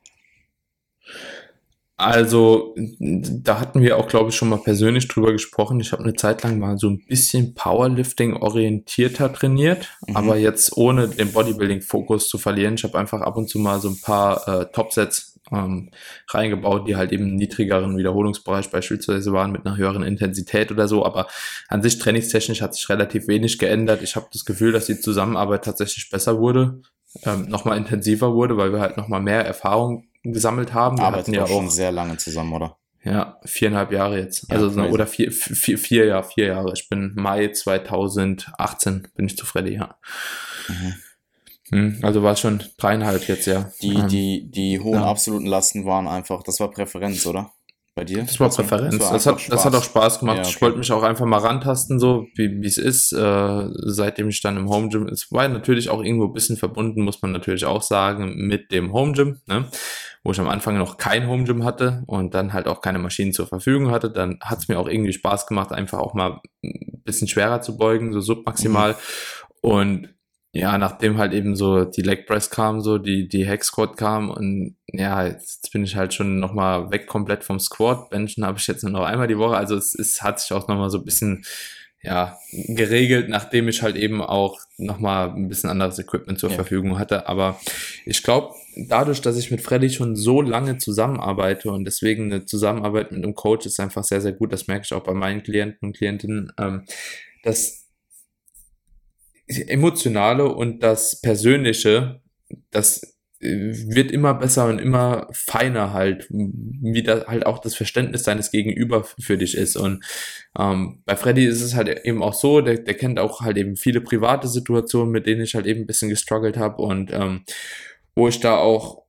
Also, da hatten wir auch, glaube ich, schon mal persönlich drüber gesprochen. Ich habe eine Zeit lang mal so ein bisschen Powerlifting-orientierter trainiert, aber Mhm. jetzt ohne den Bodybuilding-Fokus zu verlieren. Ich habe einfach ab und zu mal so ein paar äh, Topsets ähm, reingebaut, die halt eben im niedrigeren Wiederholungsbereich beispielsweise waren mit einer höheren Intensität oder so. Aber an sich trainingstechnisch hat sich relativ wenig geändert. Ich habe das Gefühl, dass die Zusammenarbeit tatsächlich besser wurde, ähm, nochmal intensiver wurde, weil wir halt nochmal mehr Erfahrung gesammelt haben. Wir hatten Arbeitet ja auch schon auch, sehr lange zusammen, oder? ja, viereinhalb Jahre jetzt. Ja, Also, so- crazy. oder vier, vier, vier Jahre, vier Jahre. Ich bin Mai zwanzig achtzehn bin ich zu Freddy, ja. Mhm. Hm, Also war es schon dreieinhalb jetzt, ja. Die, Ähm, die, die hohen ja. absoluten Lasten waren einfach, das war Präferenz, oder? Bei dir? Das war Also, es Präferenz. war Das einfach hat, das hat auch Spaß. Spaß gemacht. Ja, Ich okay. wollte mich auch einfach mal rantasten, so wie wie es ist, äh, seitdem ich dann im Home Gym. Es war natürlich auch irgendwo ein bisschen verbunden, muss man natürlich auch sagen, mit dem Home Gym, ne? Wo ich am Anfang noch kein Home Gym hatte und dann halt auch keine Maschinen zur Verfügung hatte. Dann hat es mir auch irgendwie Spaß gemacht, einfach auch mal ein bisschen schwerer zu beugen, so Mhm. submaximal. Und ja, nachdem halt eben so die Leg Press kam, so die, die Hack Squat kam und ja, jetzt bin ich halt schon nochmal weg komplett vom Squat. Benchen habe ich jetzt nur noch einmal die Woche. Also es, es hat sich auch nochmal so ein bisschen, ja, geregelt, nachdem ich halt eben auch nochmal ein bisschen anderes Equipment zur Ja. Verfügung hatte. Aber ich glaube, dadurch, dass ich mit Freddy schon so lange zusammenarbeite und deswegen eine Zusammenarbeit mit einem Coach ist einfach sehr, sehr gut. Das merke ich auch bei meinen Klienten und Klientinnen, ähm, dass Emotionale und das Persönliche, das wird immer besser und immer feiner halt, wie da halt auch das Verständnis deines Gegenüber für dich ist. Und ähm, bei Freddy ist es halt eben auch so, der, der kennt auch halt eben viele private Situationen, mit denen ich halt eben ein bisschen gestruggelt habe und ähm, wo ich da auch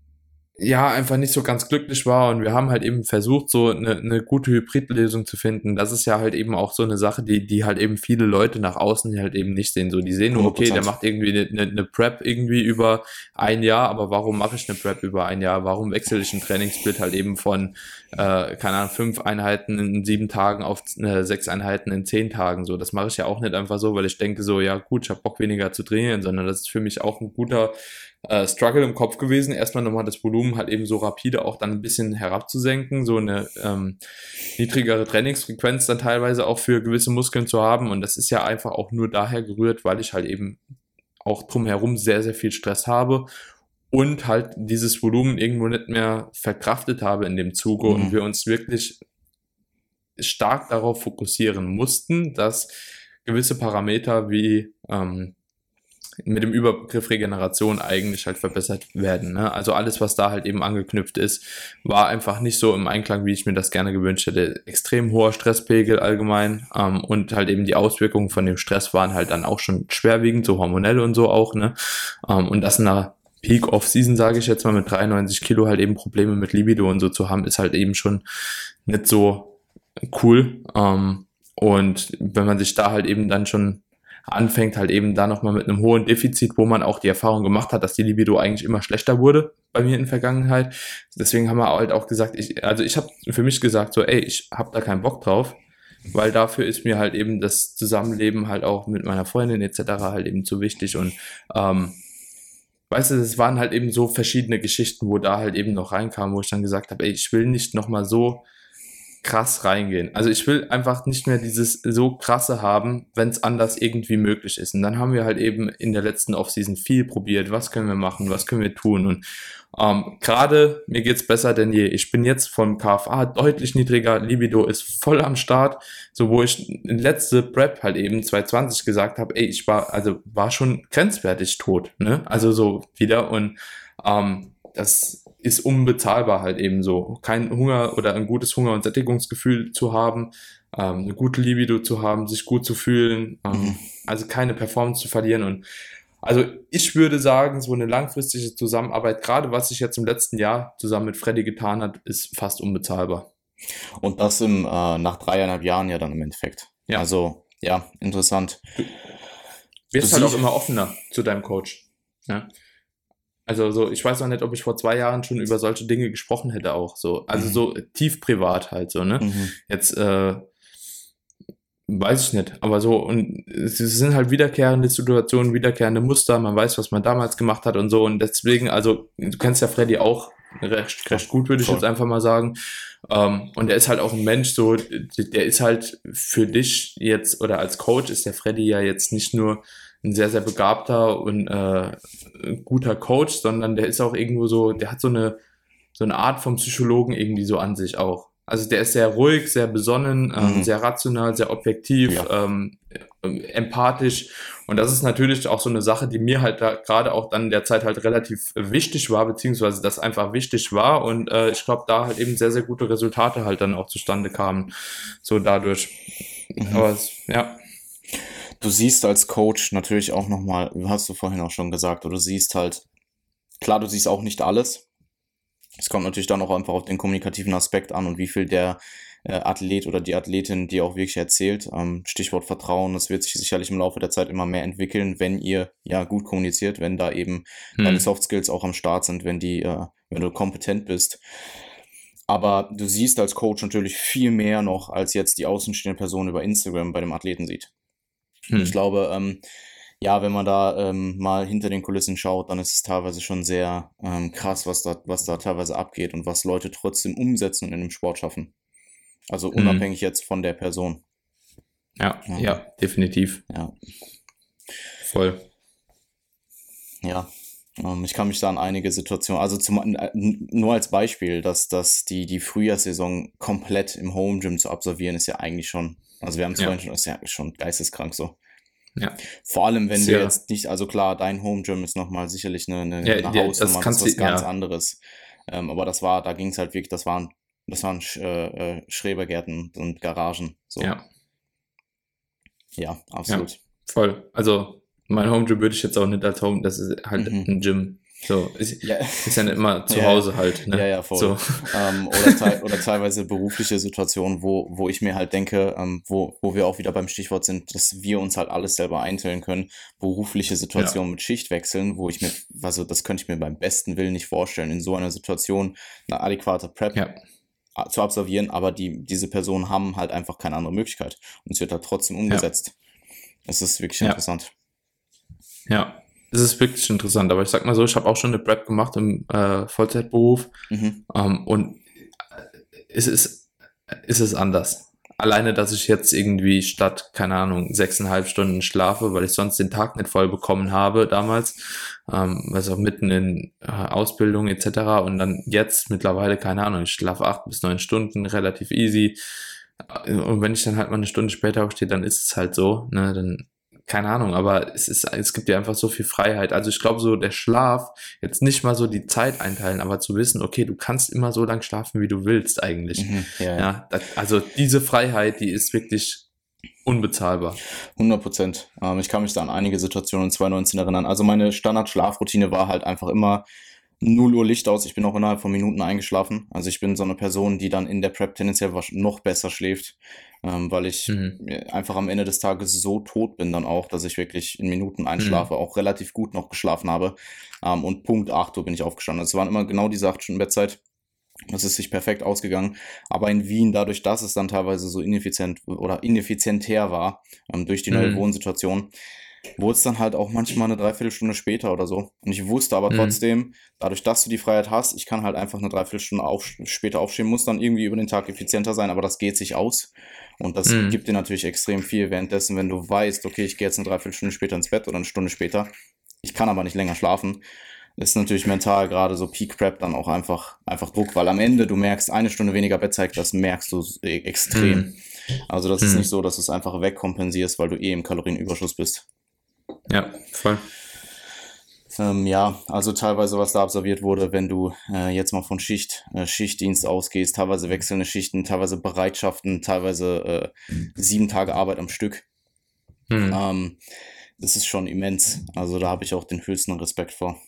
ja, einfach nicht so ganz glücklich war und wir haben halt eben versucht, so eine, eine gute Hybridlösung zu finden. Das ist ja halt eben auch so eine Sache, die, die halt eben viele Leute nach außen halt eben nicht sehen. So, die sehen nur, okay, der macht irgendwie eine, eine, eine Prep irgendwie über ein Jahr, aber warum mache ich eine Prep über ein Jahr? Warum wechsle ich einen Trainingssplit halt eben von, äh, keine Ahnung, fünf Einheiten in sieben Tagen auf äh, sechs Einheiten in zehn Tagen? So, das mache ich ja auch nicht einfach so, weil ich denke so, ja gut, ich habe Bock weniger zu trainieren, sondern das ist für mich auch ein guter Äh, Struggle im Kopf gewesen, erstmal nochmal das Volumen halt eben so rapide auch dann ein bisschen herabzusenken, so eine ähm, niedrigere Trainingsfrequenz dann teilweise auch für gewisse Muskeln zu haben und das ist ja einfach auch nur daher gerührt, weil ich halt eben auch drumherum sehr, sehr viel Stress habe und halt dieses Volumen irgendwo nicht mehr verkraftet habe in dem Zuge mhm. und wir uns wirklich stark darauf fokussieren mussten, dass gewisse Parameter wie ähm, mit dem Überbegriff Regeneration eigentlich halt verbessert werden. Ne? Also alles, was da halt eben angeknüpft ist, war einfach nicht so im Einklang, wie ich mir das gerne gewünscht hätte. Extrem hoher Stresspegel allgemein ähm, und halt eben die Auswirkungen von dem Stress waren halt dann auch schon schwerwiegend, so hormonell und so auch. Ne? Ähm, und das in einer Peak-Off-Season, sage ich jetzt mal, mit dreiundneunzig Kilo halt eben Probleme mit Libido und so zu haben, ist halt eben schon nicht so cool. Ähm, und wenn man sich da halt eben dann schon anfängt halt eben da nochmal mit einem hohen Defizit, wo man auch die Erfahrung gemacht hat, dass die Libido eigentlich immer schlechter wurde bei mir in der Vergangenheit. Deswegen haben wir halt auch gesagt, ich, also ich habe für mich gesagt so, ey, ich habe da keinen Bock drauf, weil dafür ist mir halt eben das Zusammenleben halt auch mit meiner Freundin et cetera halt eben zu wichtig und ähm, weißt du, es waren halt eben so verschiedene Geschichten, wo da halt eben noch reinkam, wo ich dann gesagt habe, ey, ich will nicht nochmal so krass reingehen. Also ich will einfach nicht mehr dieses so krasse haben, wenn es anders irgendwie möglich ist. Und dann haben wir halt eben in der letzten Offseason viel probiert. Was können wir machen? Was können wir tun? Und ähm, gerade mir geht's besser denn je. Ich bin jetzt vom K F A deutlich niedriger. Libido ist voll am Start. So wo ich in letzte Prep halt eben zwanzig zwanzig gesagt habe, ey, ich war also war schon grenzwertig tot. Ne? Also so wieder und ähm, das ist unbezahlbar halt eben so. Kein Hunger oder ein gutes Hunger- und Sättigungsgefühl zu haben, ähm, eine gute Libido zu haben, sich gut zu fühlen, ähm, mhm. also keine Performance zu verlieren. Und also ich würde sagen, so eine langfristige Zusammenarbeit, gerade was sich jetzt im letzten Jahr zusammen mit Freddy getan hat, ist fast unbezahlbar. Und das im, äh, nach dreieinhalb Jahren ja dann im Endeffekt. Ja. Also, ja, interessant. Du wirst halt auch immer offener zu deinem Coach. Ja. Also so, ich weiß auch nicht, ob ich vor zwei Jahren schon über solche Dinge gesprochen hätte auch so. Also mhm. so tief privat halt so, ne? Mhm. Jetzt, äh, weiß ich nicht, aber so, und es sind halt wiederkehrende Situationen, wiederkehrende Muster, man weiß, was man damals gemacht hat und so und deswegen, also du kennst ja Freddy auch recht, recht gut, würde ich Voll. jetzt einfach mal sagen. Um, und er ist halt auch ein Mensch, so, der ist halt für dich jetzt, oder als Coach ist der Freddy ja jetzt nicht nur ein sehr, sehr begabter und äh, guter Coach, sondern der ist auch irgendwo so, der hat so eine so eine Art vom Psychologen irgendwie so an sich auch. Also der ist sehr ruhig, sehr besonnen, ähm, mhm. sehr rational, sehr objektiv, ja. ähm, empathisch und das ist natürlich auch so eine Sache, die mir halt da gerade auch dann in der Zeit halt relativ wichtig war, beziehungsweise das einfach wichtig war und äh, ich glaube, da halt eben sehr, sehr gute Resultate halt dann auch zustande kamen, so dadurch. Mhm. Aber es, ja. Du siehst als Coach natürlich auch nochmal, hast du vorhin auch schon gesagt, oder du siehst halt, klar, du siehst auch nicht alles. Es kommt natürlich dann auch einfach auf den kommunikativen Aspekt an und wie viel der äh, Athlet oder die Athletin dir auch wirklich erzählt. Ähm, Stichwort Vertrauen, das wird sich sicherlich im Laufe der Zeit immer mehr entwickeln, wenn ihr ja gut kommuniziert, wenn da eben hm. deine Soft Skills auch am Start sind, wenn die, äh, wenn du kompetent bist. Aber du siehst als Coach natürlich viel mehr noch, als jetzt die außenstehende Person über Instagram bei dem Athleten sieht. Hm. Ich glaube, ähm, ja, wenn man da ähm, mal hinter den Kulissen schaut, dann ist es teilweise schon sehr ähm, krass, was da, was da teilweise abgeht und was Leute trotzdem umsetzen und in dem Sport schaffen. Also unabhängig hm. jetzt von der Person. Ja, ja, ja, definitiv. Ja. Voll. Ja, ähm, ich kann mich da an einige Situationen, also zum, äh, nur als Beispiel, dass, dass die, die Frühjahrssaison komplett im Home Gym zu absolvieren, ist ja eigentlich schon, also wir haben es ja. vorhin schon, ist ja schon geisteskrank so. Ja. Vor allem, wenn Sehr. du jetzt nicht, also klar, dein Home Gym ist nochmal sicherlich eine, eine, Ja, eine ja, Hausnummer, das das ist kannst was du, ganz ja, anderes. Ähm, aber das war, da ging es halt wirklich, das waren, das waren Sch- äh, äh, Schrebergärten und Garagen. So, ja, ja, ja, absolut. voll. Also mein Home Gym würde ich jetzt auch nicht als Home, das ist halt Mhm. ein Gym. So, ist, Ja, ist ja nicht immer zu ja, ja, Hause halt, ja, ne? ja, voll. So, Ähm, oder, tei oder teilweise berufliche Situationen, wo, wo ich mir halt denke, ähm, wo, wo wir auch wieder beim Stichwort sind, dass wir uns halt alles selber einteilen können. Berufliche ja, Situationen mit Schichtwechseln, wo ich mir, also das könnte ich mir beim besten Willen nicht vorstellen, in so einer Situation eine adäquate Prep ja, a- zu absolvieren, aber die, diese Personen haben halt einfach keine andere Möglichkeit und es wird halt trotzdem ja, umgesetzt. Es ist wirklich ja, interessant. ja. Das ist wirklich interessant, aber ich sag mal so, ich habe auch schon eine Prep gemacht im äh, Vollzeitberuf, Mhm. ähm, und es ist, es ist anders. Alleine, dass ich jetzt irgendwie statt, keine Ahnung, sechseinhalb Stunden schlafe, weil ich sonst den Tag nicht voll bekommen habe damals, ähm, was auch mitten in äh, Ausbildung et cetera. Und dann jetzt mittlerweile, keine Ahnung, ich schlafe acht bis neun Stunden, relativ easy. Äh, Und wenn ich dann halt mal eine Stunde später aufstehe, dann ist es halt so, ne, dann, keine Ahnung, aber es ist, es gibt ja einfach so viel Freiheit. Also ich glaube so, der Schlaf, jetzt nicht mal so die Zeit einteilen, aber zu wissen, okay, du kannst immer so lang schlafen, wie du willst eigentlich. Mhm. Ja, ja. Ja, das, also diese Freiheit, die ist wirklich unbezahlbar. hundert Prozent. Ähm, ich kann mich da an einige Situationen in zwanzig neunzehn erinnern. Also meine Standard-Schlafroutine war halt einfach immer null Uhr Licht aus. Ich bin auch innerhalb von Minuten eingeschlafen. Also ich bin so eine Person, die dann in der Prep tendenziell wasch- noch besser schläft, ähm, weil ich Mhm. äh, einfach am Ende des Tages so tot bin dann auch, dass ich wirklich in Minuten einschlafe, Mhm. auch relativ gut noch geschlafen habe. Ähm, und Punkt acht Uhr bin ich aufgestanden. Es waren immer genau diese acht Stunden Bettzeit. Das ist sich perfekt ausgegangen. Aber in Wien, dadurch, dass es dann teilweise so ineffizient oder ineffizienter war, ähm, durch die neue Mhm. Wohnsituation, wurde es dann halt auch manchmal eine Dreiviertelstunde später oder so. Und ich wusste aber Mhm. trotzdem, dadurch, dass du die Freiheit hast, ich kann halt einfach eine Dreiviertelstunde auf, später aufstehen, muss dann irgendwie über den Tag effizienter sein, aber das geht sich aus. Und das Mhm. gibt dir natürlich extrem viel. Währenddessen, wenn du weißt, okay, ich gehe jetzt eine Dreiviertelstunde später ins Bett oder eine Stunde später, ich kann aber nicht länger schlafen, ist natürlich mental gerade so Peak Prep dann auch einfach, einfach Druck, weil am Ende du merkst, eine Stunde weniger Bettzeit, das merkst du e- extrem. Mhm. Also das ist nicht Mhm. so, dass du es einfach wegkompensierst, weil du eh im Kalorienüberschuss bist. Ja, voll. Ähm, ja, also teilweise, was da absolviert wurde, wenn du äh, jetzt mal von Schicht, äh, Schichtdienst ausgehst, teilweise wechselnde Schichten, teilweise Bereitschaften, teilweise äh, sieben Tage Arbeit am Stück. Mhm. Ähm, das ist schon immens. Also da habe ich auch den höchsten Respekt vor.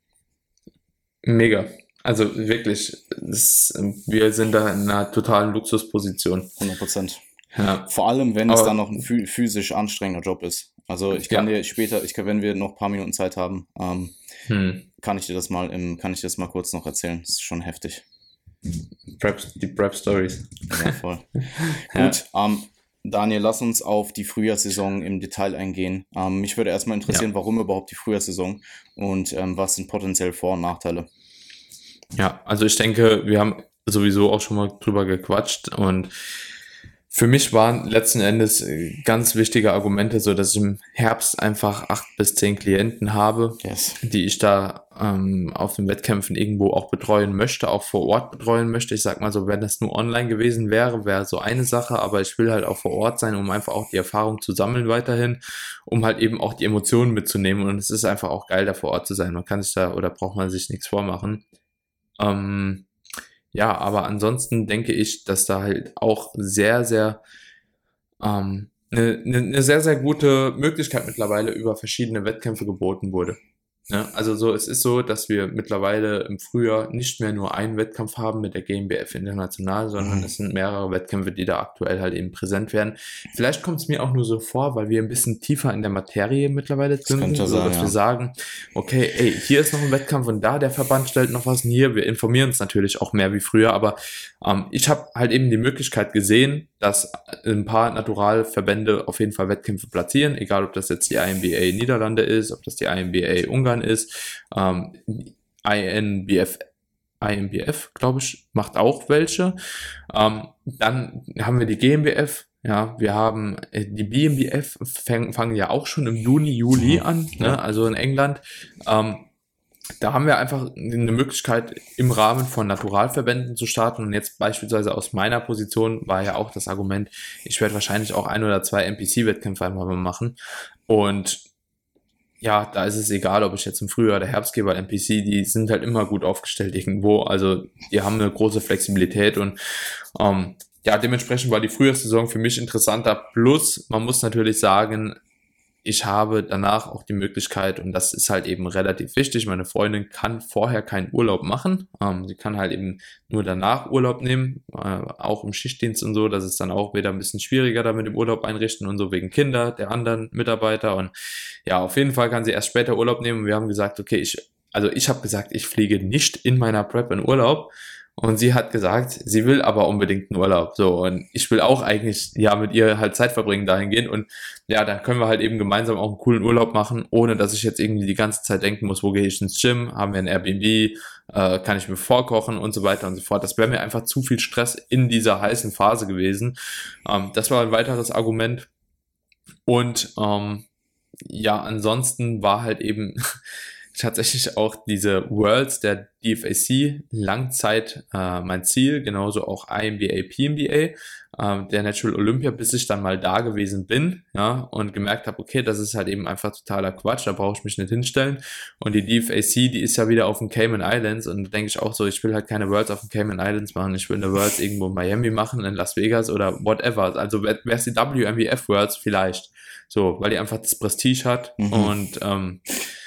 Mega. Also wirklich, das, wir sind da in einer totalen Luxusposition. hundert Prozent. Ja, Vor allem, wenn es dann aber noch ein phys- physisch anstrengender Job ist. Also ich kann ja, dir später, ich kann, wenn wir noch ein paar Minuten Zeit haben, ähm, hm. kann ich dir das mal im, kann ich dir das mal kurz noch erzählen. Das ist schon heftig. Prep, die Prep Stories. Ja, voll. Ja, Gut, ähm, Daniel, lass uns auf die Frühjahrssaison im Detail eingehen. Ähm, mich würde erstmal ja, interessieren, warum überhaupt die Frühjahrssaison und ähm, was sind potenziell Vor- und Nachteile? ja. Also ich denke, wir haben sowieso auch schon mal drüber gequatscht und für mich waren letzten Endes äh, ganz wichtige Argumente, so dass ich im Herbst einfach acht bis zehn Klienten habe, Yes. die ich da ähm, auf den Wettkämpfen irgendwo auch betreuen möchte, auch vor Ort betreuen möchte. Ich sag mal so, wenn das nur online gewesen wäre, wäre so eine Sache, aber ich will halt auch vor Ort sein, um einfach auch die Erfahrung zu sammeln weiterhin, um halt eben auch die Emotionen mitzunehmen und es ist einfach auch geil, da vor Ort zu sein. Man kann sich da oder braucht man sich nichts vormachen. Ähm, ja, aber ansonsten denke ich, dass da halt auch sehr, sehr ähm, eine, eine, eine sehr, sehr gute Möglichkeit mittlerweile über verschiedene Wettkämpfe geboten wurde. Ne? Also so, es ist so, dass wir mittlerweile im Frühjahr nicht mehr nur einen Wettkampf haben mit der G m B F International, sondern Mhm. es sind mehrere Wettkämpfe, die da aktuell halt eben präsent werden. Vielleicht kommt es mir auch nur so vor, weil wir ein bisschen tiefer in der Materie mittlerweile Das drin sind, könnte so sein, dass wir ja. sagen, okay, ey, hier ist noch ein Wettkampf und da der Verband stellt noch was und hier, wir informieren uns natürlich auch mehr wie früher, aber ähm, ich habe halt eben die Möglichkeit gesehen, dass ein paar Naturalverbände auf jeden Fall Wettkämpfe platzieren, egal ob das jetzt die I N B A Niederlande ist, ob das die I N B A Ungarn ist, ähm, I N B F, I N B F, glaube ich, macht auch welche. Ähm, dann haben wir die G m B F, ja, wir haben äh, die B M B F, fangen, fangen ja auch schon im Juni, Juli Mhm. an, ne? Ja. Also in England. Ähm, da haben wir einfach eine Möglichkeit, im Rahmen von Naturalverbänden zu starten. Und jetzt beispielsweise aus meiner Position war ja auch das Argument, ich werde wahrscheinlich auch ein oder zwei N P C-Wettkämpfe einmal mal machen. Und ja, da ist es egal, ob ich jetzt im Frühjahr oder Herbst gehe, weil N P C, die sind halt immer gut aufgestellt irgendwo. Also die haben eine große Flexibilität und ähm, ja, dementsprechend war die Frühjahrssaison für mich interessanter. Plus, man muss natürlich sagen, ich habe danach auch die Möglichkeit, und das ist halt eben relativ wichtig, meine Freundin kann vorher keinen Urlaub machen. Ähm, sie kann halt eben nur danach Urlaub nehmen, äh, auch im Schichtdienst und so. Das ist dann auch wieder ein bisschen schwieriger, da mit dem Urlaub einrichten und so wegen Kinder, der anderen Mitarbeiter. Und ja, auf jeden Fall kann sie erst später Urlaub nehmen. Und wir haben gesagt, okay, ich, also ich habe gesagt, ich fliege nicht in meiner Prep in Urlaub. Und sie hat gesagt, sie will aber unbedingt einen Urlaub. So, und ich will auch eigentlich ja mit ihr halt Zeit verbringen dahingehend. Und ja, dann können wir halt eben gemeinsam auch einen coolen Urlaub machen, ohne dass ich jetzt irgendwie die ganze Zeit denken muss, wo gehe ich ins Gym, haben wir ein Airbnb, äh, kann ich mir vorkochen und so weiter und so fort. Das wäre mir einfach zu viel Stress in dieser heißen Phase gewesen. Ähm, das war ein weiteres Argument. Und ähm, ja, ansonsten war halt eben tatsächlich auch diese Worlds der D F A C Langzeit äh, mein Ziel, genauso auch I M B A, P M B A, äh, der Natural Olympia, bis ich dann mal da gewesen bin, ja, und gemerkt habe, okay, das ist halt eben einfach totaler Quatsch, da brauche ich mich nicht hinstellen. Und die D F A C, die ist ja wieder auf den Cayman Islands und da denke ich auch so, ich will halt keine Worlds auf den Cayman Islands machen, ich will eine Worlds irgendwo in Miami machen, in Las Vegas oder whatever. Also wäre es die W M B F Worlds vielleicht, so, weil die einfach das Prestige hat mhm. und ähm,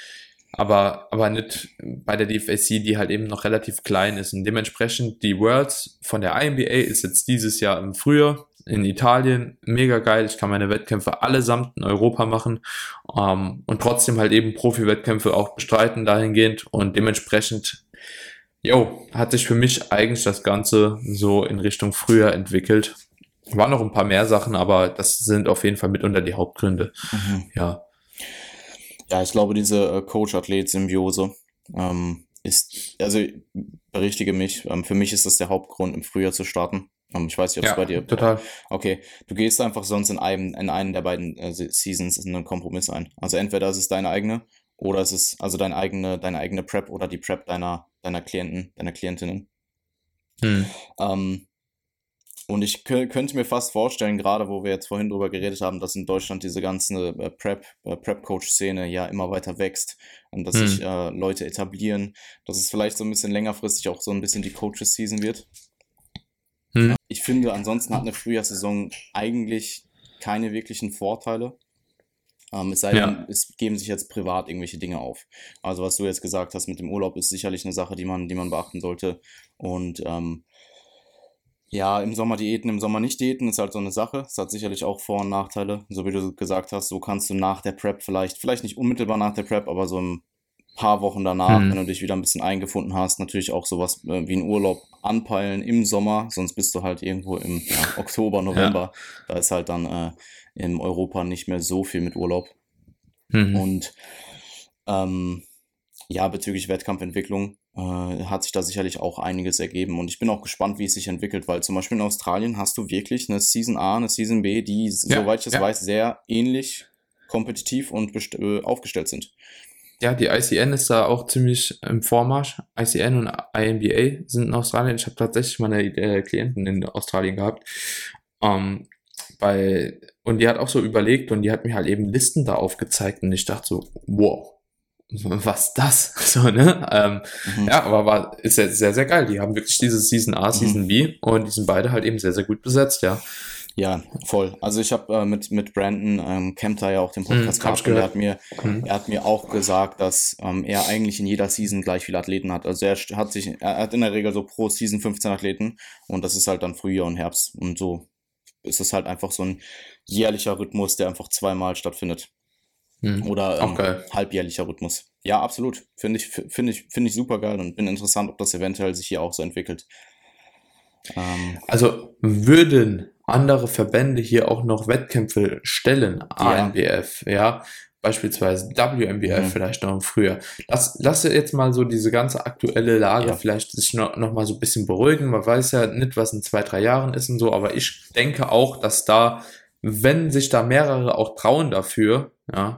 aber aber nicht bei der D F A C, die halt eben noch relativ klein ist. Und dementsprechend die Worlds von der I M B A ist jetzt dieses Jahr im Frühjahr in Italien. Mega geil. Ich kann meine Wettkämpfe allesamt in Europa machen ähm, und trotzdem halt eben Profi-Wettkämpfe auch bestreiten dahingehend. Und dementsprechend, jo, hat sich für mich eigentlich das Ganze so in Richtung Frühjahr entwickelt. Waren noch ein paar mehr Sachen, aber das sind auf jeden Fall mitunter die Hauptgründe. Mhm. Ja. Ja, ich glaube, diese äh, Coach-Athlet-Symbiose ähm, ist, also berichtige mich, ähm, für mich ist das der Hauptgrund, im Frühjahr zu starten. Ähm, ich weiß nicht, ob es ja, bei dir... total. Okay, du gehst einfach sonst in einem, in einen der beiden äh, Seasons in einen Kompromiss ein. Also entweder ist es deine eigene oder es ist also deine eigene, deine eigene Prep oder die Prep deiner, deiner Klienten, deiner Klientinnen. Hm. Ähm, Und ich k- könnte mir fast vorstellen, gerade wo wir jetzt vorhin drüber geredet haben, dass in Deutschland diese ganze äh, Prep, äh, Prep-Coach-Szene ja immer weiter wächst und dass hm. sich äh, Leute etablieren, dass es vielleicht so ein bisschen längerfristig auch so ein bisschen die Coaches-Season wird. Hm. Ich finde, ansonsten hat eine Frühjahrssaison eigentlich keine wirklichen Vorteile. Ähm, es sei denn, ja. es geben sich jetzt privat irgendwelche Dinge auf. Also was du jetzt gesagt hast mit dem Urlaub ist sicherlich eine Sache, die man, die man beachten sollte. Und ähm, ja, im Sommer Diäten, im Sommer nicht Diäten, ist halt so eine Sache. Es hat sicherlich auch Vor- und Nachteile, so wie du gesagt hast. So kannst du nach der Prep vielleicht, vielleicht nicht unmittelbar nach der Prep, aber so ein paar Wochen danach, mhm. wenn du dich wieder ein bisschen eingefunden hast, natürlich auch sowas äh, wie einen Urlaub anpeilen im Sommer. Sonst bist du halt irgendwo im ja, Oktober, November. Ja. Da ist halt dann äh, in Europa nicht mehr so viel mit Urlaub. Mhm. Und ähm, ja, bezüglich Wettkampfentwicklung äh, hat sich da sicherlich auch einiges ergeben. Und ich bin auch gespannt, wie es sich entwickelt, weil zum Beispiel in Australien hast du wirklich eine Season A, eine Season B, die, ja, soweit ich das ja. weiß, sehr ähnlich kompetitiv und best- äh, aufgestellt sind. Ja, die I C N ist da auch ziemlich im Vormarsch. I C N und I M B A sind in Australien. Ich habe tatsächlich meine äh, Klienten in Australien gehabt. Ähm, bei, und die hat auch so überlegt und die hat mir halt eben Listen da aufgezeigt und ich dachte so, wow, was das? So, ne? Ähm, mhm. Ja, aber war, ist sehr, sehr, sehr geil. Die haben wirklich diese Season A, Season mhm. B und die sind beide halt eben sehr, sehr gut besetzt, ja. Ja, voll. Also ich habe äh, mit mit Brandon ähm, Kempter ja auch den Podcast mhm, gehabt und er hat mir mhm. er hat mir auch gesagt, dass ähm, er eigentlich in jeder Season gleich viele Athleten hat. Also er hat sich er hat in der Regel so pro Season fünfzehn Athleten und das ist halt dann Frühjahr und Herbst und so ist es halt einfach so ein jährlicher Rhythmus, der einfach zweimal stattfindet. Mhm. Oder ähm, okay. halbjährlicher Rhythmus. Ja, absolut. Finde ich finde ich finde ich super geil und bin interessant, ob das eventuell sich hier auch so entwickelt. Ähm, also würden andere Verbände hier auch noch Wettkämpfe stellen, ja. A N B F, ja, beispielsweise W M B F mhm. vielleicht noch im Frühjahr. Lass, lass jetzt mal so diese ganze aktuelle Lage ja. vielleicht sich noch, noch mal so ein bisschen beruhigen. Man weiß ja nicht, was in zwei, drei Jahren ist und so, aber ich denke auch, dass da, wenn sich da mehrere auch trauen dafür, ja,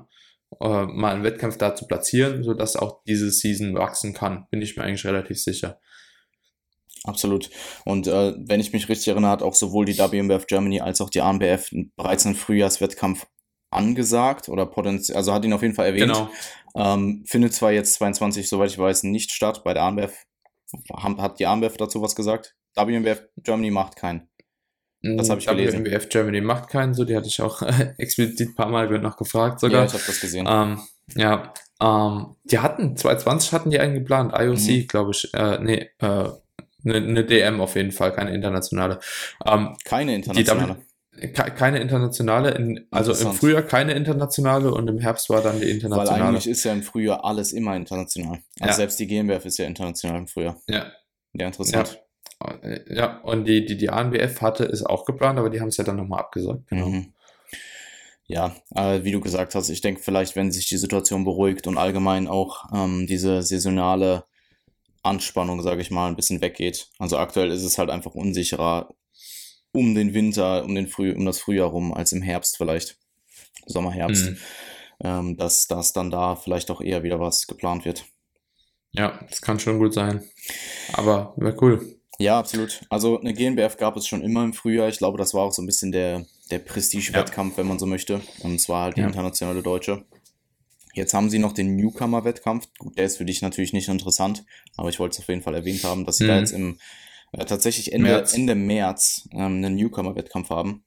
äh, mal einen Wettkampf da zu platzieren, sodass auch diese Season wachsen kann, bin ich mir eigentlich relativ sicher. Absolut. Und äh, wenn ich mich richtig erinnere, hat auch sowohl die W M B F Germany als auch die A N B F bereits einen Frühjahrswettkampf angesagt oder potenziell, also hat ihn auf jeden Fall erwähnt. Genau. Ähm, findet zwar jetzt zweiundzwanzig, soweit ich weiß, nicht statt. Bei der A N B F hat die A N B F dazu was gesagt. W M B F Germany macht keinen. Das habe ich gelesen. W M B F Germany macht keinen, so die hatte ich auch explizit ein paar Mal noch gefragt Ja, sogar. ich habe das gesehen. Ähm, ja, ähm, die hatten, zwanzig zwanzig hatten die einen geplant, I O C, Mhm. glaube ich, äh, nee, äh, eine, eine D M auf jeden Fall, keine internationale. Ähm, Keine die internationale. W- ke- keine internationale, in, also im Interessant. Frühjahr keine internationale und im Herbst war dann die Weil internationale. eigentlich ist ja im Frühjahr alles immer international. Also Ja. selbst die G M B F ist ja international im Frühjahr. Ja, Ja, interessant. ja, ja, und die, die, die A N B F hatte es auch geplant, aber die haben es ja dann nochmal abgesagt. Genau. Mhm. Ja, äh, wie du gesagt hast, ich denke vielleicht, wenn sich die Situation beruhigt und allgemein auch ähm, diese saisonale Anspannung, sage ich mal, ein bisschen weggeht. Also aktuell ist es halt einfach unsicherer um den Winter, um den Früh, um das Frühjahr rum, als im Herbst vielleicht. Sommer, Herbst. Mhm. Ähm, dass, dass dann da vielleicht auch eher wieder was geplant wird. Ja, das kann schon gut sein. Aber wäre cool. Ja, absolut. Also eine G N B F gab es schon immer im Frühjahr. Ich glaube, das war auch so ein bisschen der, der Prestige-Wettkampf, wenn man so möchte. Und es war halt die Ja. internationale Deutsche. Jetzt haben sie noch den Newcomer-Wettkampf. Gut, der ist für dich natürlich nicht interessant, aber ich wollte es auf jeden Fall erwähnt haben, dass sie da Mhm. jetzt im äh, tatsächlich Ende März. März, Ende März ähm, einen Newcomer-Wettkampf haben.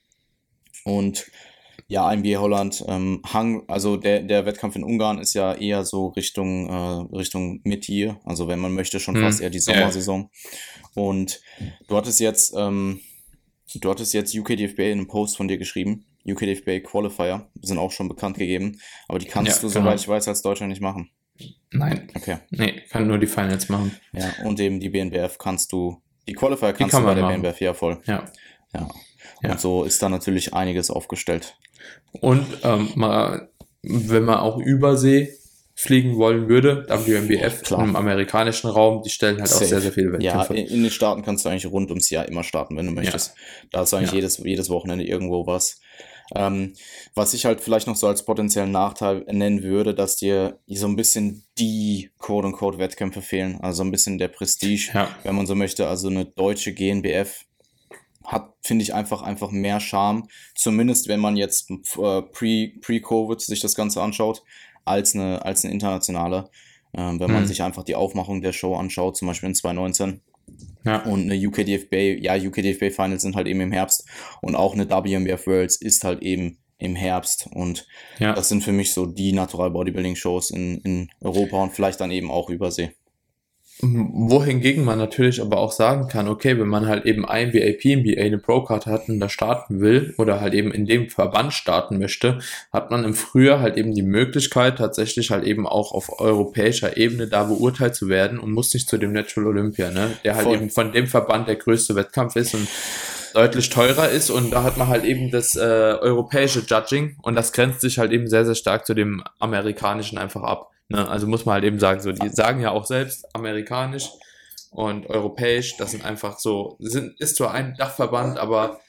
Und ja, N B A Holland, ähm, Hang, also der, der Wettkampf in Ungarn ist ja eher so Richtung, äh, Richtung Mid-Year, also wenn man möchte, schon Hm. fast eher die Sommersaison. Und du hattest jetzt, ähm, du hattest jetzt U K D F B A in einem Post von dir geschrieben, U K D F B A Qualifier, sind auch schon bekannt gegeben, aber die kannst Ja, du, genau. soweit ich weiß, als Deutscher nicht machen. Nein. Okay. Nee, kann nur die Finals machen. Ja, und eben die B N B F kannst du, die Qualifier kannst kann du bei man der machen. B N B F, ja voll. Ja. Ja. Ja. Und so ist da natürlich einiges aufgestellt. Und ähm, mal, wenn man auch Übersee fliegen wollen würde, W M B F Klar. im amerikanischen Raum, die stellen halt auch Safe. sehr, sehr viele Ja, Wettkämpfe. in, in den Staaten kannst du eigentlich rund ums Jahr immer starten, wenn du möchtest. Da hast du eigentlich Ja. jedes, jedes Wochenende irgendwo was. Ähm, was ich halt vielleicht noch so als potenziellen Nachteil nennen würde, dass dir so ein bisschen die quote-unquote Wettkämpfe fehlen. Also ein bisschen der Prestige, Ja. wenn man so möchte. Also eine deutsche G N B F hat, finde ich, einfach, einfach mehr Charme. Zumindest wenn man jetzt äh, pre, pre-Covid sich das Ganze anschaut, als eine, als eine internationale. Ähm, wenn man Hm. sich einfach die Aufmachung der Show anschaut, zum Beispiel in zwanzig neunzehn. Ja. Und eine U K D F B A, ja, U K D F B A Finals sind halt eben im Herbst. Und auch eine W M B F Worlds ist halt eben im Herbst. Und Ja. das sind für mich so die Natural Bodybuilding Shows in, in Europa und vielleicht dann eben auch Übersee. Wohingegen man natürlich aber auch sagen kann, okay, wenn man halt eben I N B A, P N B A eine Pro-Card hat und da starten will oder halt eben in dem Verband starten möchte, hat man im Frühjahr halt eben die Möglichkeit, tatsächlich halt eben auch auf europäischer Ebene da beurteilt zu werden und muss nicht zu dem Natural Olympia, ne, der halt Voll. eben von dem Verband der größte Wettkampf ist und deutlich teurer ist und da hat man halt eben das äh, europäische Judging und das grenzt sich halt eben sehr, sehr stark zu dem amerikanischen einfach ab. Ne? Also muss man halt eben sagen, so die sagen ja auch selbst amerikanisch und europäisch, das sind einfach so, sind, ist zwar ein Dachverband, aber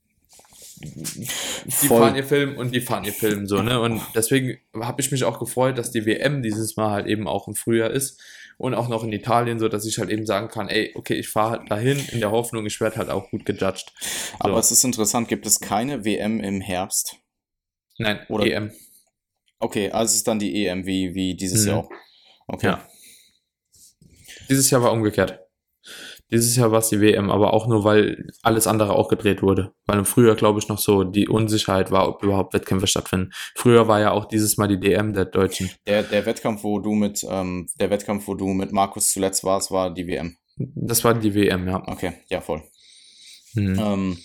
die Voll. fahren ihr Film und die fahren ihr Film so, ne? Und deswegen habe ich mich auch gefreut, dass die W M dieses Mal halt eben auch im Frühjahr ist und auch noch in Italien, so dass ich halt eben sagen kann, ey, okay, ich fahre halt dahin in der Hoffnung, ich werde halt auch gut gejudged. So. Aber es ist interessant, gibt es keine W M im Herbst? Nein, Oder- E M. Okay, also es ist dann die E M wie, wie dieses Mhm. Jahr auch. Okay. Ja. Dieses Jahr war umgekehrt. Dieses Jahr war es die W M, aber auch nur, weil alles andere auch gedreht wurde. Weil im Frühjahr, glaube ich, noch so die Unsicherheit war, ob überhaupt Wettkämpfe stattfinden. Früher war ja auch dieses Mal die D M der Deutschen. Der, der Wettkampf, wo du mit, ähm, der Wettkampf, wo du mit Markus zuletzt warst, war die W M. Das war die W M, ja. Okay, ja, voll. Mhm. Ähm,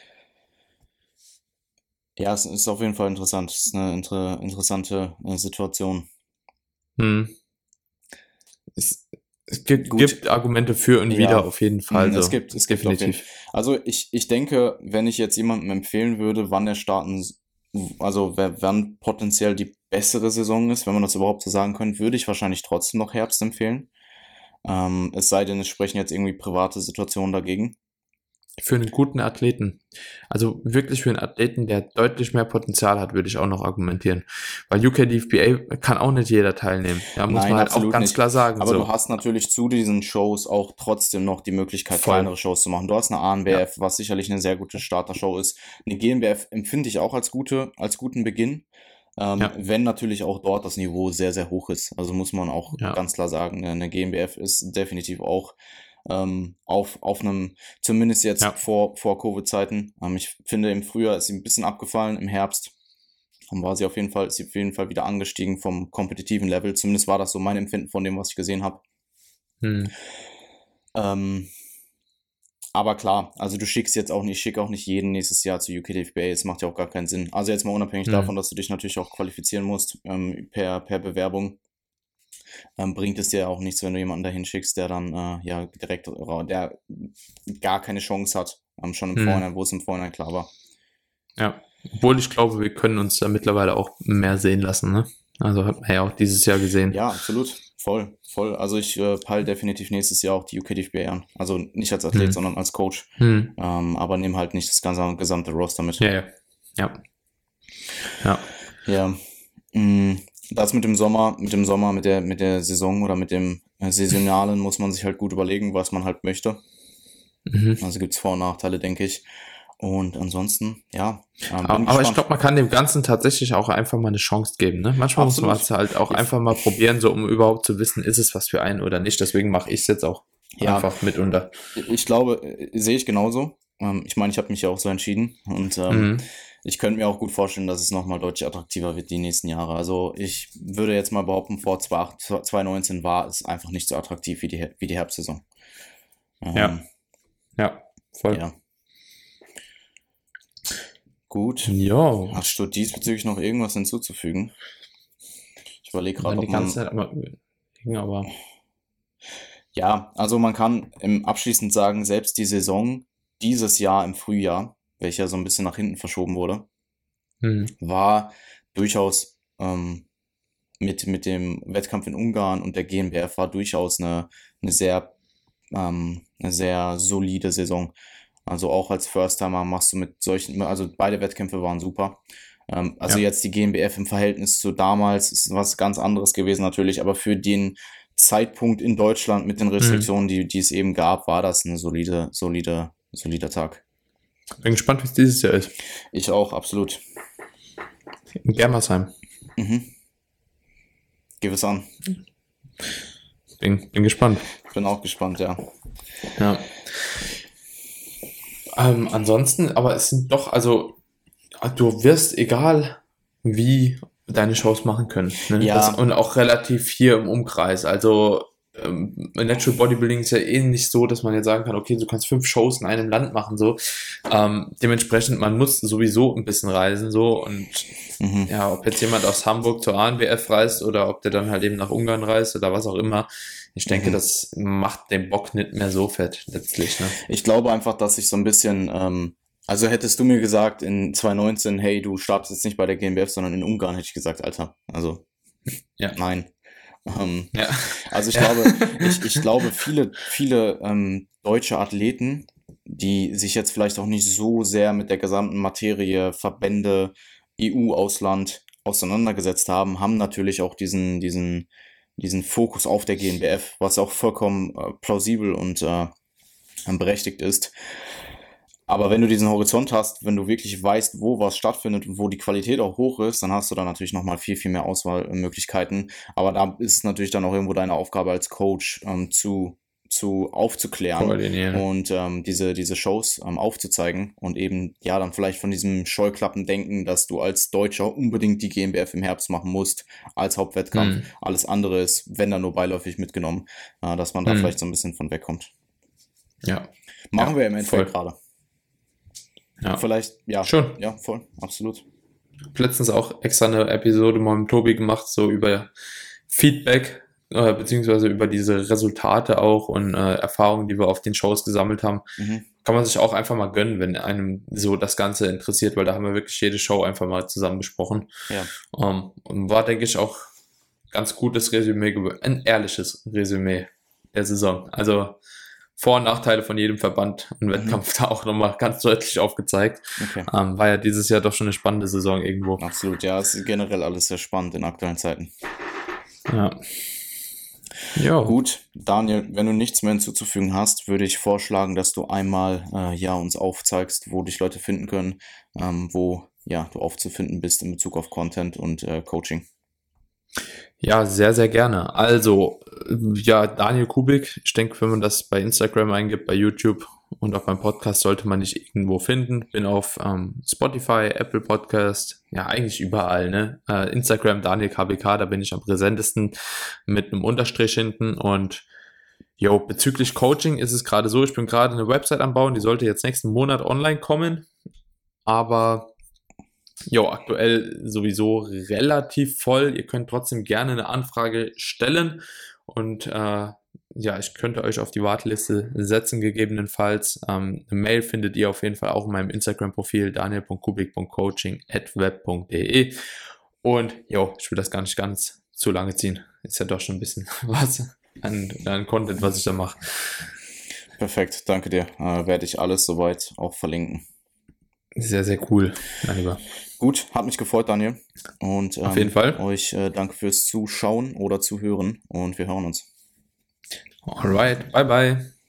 ja, es ist auf jeden Fall interessant. Es ist eine inter interessante äh, Situation. Mhm. Es, es gibt, Gut. gibt Argumente für und Ja. wieder auf jeden Fall. Mhm, so. es gibt, es gibt auf jeden Definitiv. Also ich, ich denke, wenn ich jetzt jemandem empfehlen würde, wann er starten, s- also wer- wann potenziell die bessere Saison ist, wenn man das überhaupt so sagen könnte, würde ich wahrscheinlich trotzdem noch Herbst empfehlen. Ähm, es sei denn, es sprechen jetzt irgendwie private Situationen dagegen. für einen guten Athleten, also wirklich für einen Athleten, der deutlich mehr Potenzial hat, würde ich auch noch argumentieren. Weil U K D F B A kann auch nicht jeder teilnehmen. Da muss Nein, man halt auch absolut ganz nicht. klar sagen. Aber so. du hast natürlich zu diesen Shows auch trotzdem noch die Möglichkeit, Voll. kleinere Shows zu machen. Du hast eine A N B F, Ja. was sicherlich eine sehr gute Starter-Show ist. Eine G N B F empfinde ich auch als gute, als guten Beginn. Ähm, Ja. wenn natürlich auch dort das Niveau sehr, sehr hoch ist. Also muss man auch Ja. ganz klar sagen, eine G N B F ist definitiv auch ähm, auf, auf einem, zumindest jetzt Ja. vor, vor Covid-Zeiten. Ähm, ich finde, im Frühjahr ist sie ein bisschen abgefallen, im Herbst und war sie auf jeden Fall, ist sie auf jeden Fall wieder angestiegen vom kompetitiven Level. Zumindest war das so mein Empfinden von dem, was ich gesehen habe. Hm. Ähm, aber klar, also du schickst jetzt auch nicht, ich schicke auch nicht jeden nächstes Jahr zu U K D F B A, es macht ja auch gar keinen Sinn. Also jetzt mal unabhängig Hm. davon, dass du dich natürlich auch qualifizieren musst ähm, per, per Bewerbung, ähm, bringt es dir ja auch nichts, wenn du jemanden dahin schickst, der dann äh, ja direkt, der gar keine Chance hat, ähm, schon im Hm. Vorhinein, wo es im Vorhinein klar war. Ja, obwohl ich glaube, wir können uns da mittlerweile auch mehr sehen lassen, ne? Also hat man ja auch dieses Jahr gesehen. Ja, absolut. Voll, voll. Also ich äh, peile definitiv nächstes Jahr auch die U K D F B A an. Also nicht als Athlet, Hm. sondern als Coach. Hm. Ähm, aber nehme halt nicht das ganze, gesamte Roster mit. Ja, ja. Ja. Ja. Ja. Mm, Das mit dem Sommer, mit dem Sommer, mit der, mit der Saison oder mit dem äh, Saisonalen muss man sich halt gut überlegen, was man halt möchte. Mhm. Also gibt's Vor- und Nachteile, denke ich. Und ansonsten, ja. Ähm, bin Aber, aber gespannt. ich glaube, man kann dem Ganzen tatsächlich auch einfach mal eine Chance geben. Ne? Manchmal Absolut. muss man es halt auch Ja. einfach mal probieren, so um überhaupt zu wissen, ist es was für einen oder nicht. Deswegen mache ich es jetzt auch Ja. einfach mitunter. Ich glaube, äh, sehe ich genauso. Ähm, ich meine, ich habe mich ja auch so entschieden. Und ähm, Mhm. ich könnte mir auch gut vorstellen, dass es nochmal deutlich attraktiver wird die nächsten Jahre. Also ich würde jetzt mal behaupten, vor zwanzig neunzehn war es einfach nicht so attraktiv wie die, wie die Herbstsaison. Ähm, Ja. Ja, voll. ja. Gut. Ja. Hast du diesbezüglich noch irgendwas hinzuzufügen? Ich überlege Dann gerade, die ob man... ganze Zeit aber, aber Ja, also man kann im abschließend sagen, selbst die Saison dieses Jahr im Frühjahr, welcher so ein bisschen nach hinten verschoben wurde, hm. war durchaus ähm, mit, mit dem Wettkampf in Ungarn und der G N B F war durchaus eine, eine sehr ähm, eine sehr solide Saison. Also auch als First-Timer machst du mit solchen, also beide Wettkämpfe waren super. Ähm, also Ja. jetzt die G N B F im Verhältnis zu damals ist was ganz anderes gewesen natürlich, aber für den Zeitpunkt in Deutschland mit den Restriktionen, die, die es eben gab, war das ein solide, solide, solider Tag. Bin gespannt, wie es dieses Jahr ist. Ich auch, absolut. In Germersheim. Mhm. Gib es an. Bin, bin gespannt. Bin auch gespannt, ja. Ja. Ähm, ansonsten, aber es sind doch, also du wirst, egal wie, deine Shows machen können. Ne? Ja. Das, und auch relativ hier im Umkreis. Also ähm, Natural Bodybuilding ist ja eh nicht so, dass man jetzt sagen kann, okay, du kannst fünf Shows in einem Land machen, so. Ähm, dementsprechend, man muss sowieso ein bisschen reisen, so. Und Mhm. ja, ob jetzt jemand aus Hamburg zur A N B F reist oder ob der dann halt eben nach Ungarn reist oder was auch immer. Ich denke, Mhm. das macht den Bock nicht mehr so fett, letztlich, ne? Ich glaube einfach, dass ich so ein bisschen, ähm, also hättest du mir gesagt in zwanzig neunzehn, hey, du startest jetzt nicht bei der G N B F, sondern in Ungarn, hätte ich gesagt, Alter, also Ja. nein. Ähm, Ja. Also ich Ja. glaube, ich, ich glaube, viele, viele ähm, deutsche Athleten, die sich jetzt vielleicht auch nicht so sehr mit der gesamten Materie, Verbände, E U-Ausland auseinandergesetzt haben, haben natürlich auch diesen, diesen, diesen Fokus auf der G N B F, was auch vollkommen äh, plausibel und äh, berechtigt ist. Aber wenn du diesen Horizont hast, wenn du wirklich weißt, wo was stattfindet und wo die Qualität auch hoch ist, dann hast du da natürlich nochmal viel, viel mehr Auswahlmöglichkeiten. Aber da ist es natürlich dann auch irgendwo deine Aufgabe als Coach, ähm, zu, zu aufzuklären Koordinieren. und ähm, diese, diese Shows ähm, aufzuzeigen und eben, ja, dann vielleicht von diesem Scheuklappendenken, dass du als Deutscher unbedingt die G N B F im Herbst machen musst, als Hauptwettkampf. Hm. Alles andere ist, wenn dann nur beiläufig mitgenommen, äh, dass man da Hm. vielleicht so ein bisschen von wegkommt. Ja. Machen Ja, wir im Endeffekt voll. gerade. Ja. Vielleicht, ja. Schon. Ja, voll, absolut. Ich habe letztens auch extra eine Episode mal mit Tobi gemacht, so über Feedback, äh, beziehungsweise über diese Resultate auch und äh, Erfahrungen, die wir auf den Shows gesammelt haben. Mhm. Kann man sich auch einfach mal gönnen, wenn einem so das Ganze interessiert, weil da haben wir wirklich jede Show einfach mal zusammen besprochen. Ja. Ähm, und war, denke ich, auch ganz gutes Resümee, gew- ein ehrliches Resümee der Saison. Also Vor- und Nachteile von jedem Verband und Wettkampf mhm. da auch nochmal ganz deutlich aufgezeigt. Okay. Ähm, war ja dieses Jahr doch schon eine spannende Saison irgendwo. Absolut, ja, es ist generell alles sehr spannend in aktuellen Zeiten. Ja. Jo. Gut, Daniel, wenn du nichts mehr hinzuzufügen hast, würde ich vorschlagen, dass du einmal äh, ja, uns aufzeigst, wo dich Leute finden können, ähm, wo ja, du aufzufinden bist in Bezug auf Content und äh, Coaching. Ja, sehr, sehr gerne. Also, ja, Daniel Kubik, ich denke, wenn man das bei Instagram eingibt, bei YouTube und auf meinem Podcast, sollte man nicht irgendwo finden. Bin auf ähm, Spotify, Apple Podcast, ja, eigentlich überall, ne? Äh, Instagram, Daniel K B K, da bin ich am präsentesten mit einem Unterstrich hinten. Und jo, bezüglich Coaching ist es gerade so, ich bin gerade eine Website am Bauen, die sollte jetzt nächsten Monat online kommen, aber jo, aktuell sowieso relativ voll. Ihr könnt trotzdem gerne eine Anfrage stellen und äh, ja, ich könnte euch auf die Warteliste setzen, gegebenenfalls. Ähm, eine Mail findet ihr auf jeden Fall auch in meinem Instagram-Profil daniel punkt kubik punkt coaching at web punkt de. Und jo, ich will das gar nicht ganz zu lange ziehen. Ist ja doch schon ein bisschen was an, an Content, was ich da mache. Perfekt, danke dir. Äh, werde ich alles soweit auch verlinken. Sehr, sehr cool, mein Lieber. Gut, hat mich gefreut, Daniel. Und ähm, auf jeden Fall. Euch äh, danke fürs Zuschauen oder Zuhören und wir hören uns. Alright, bye bye.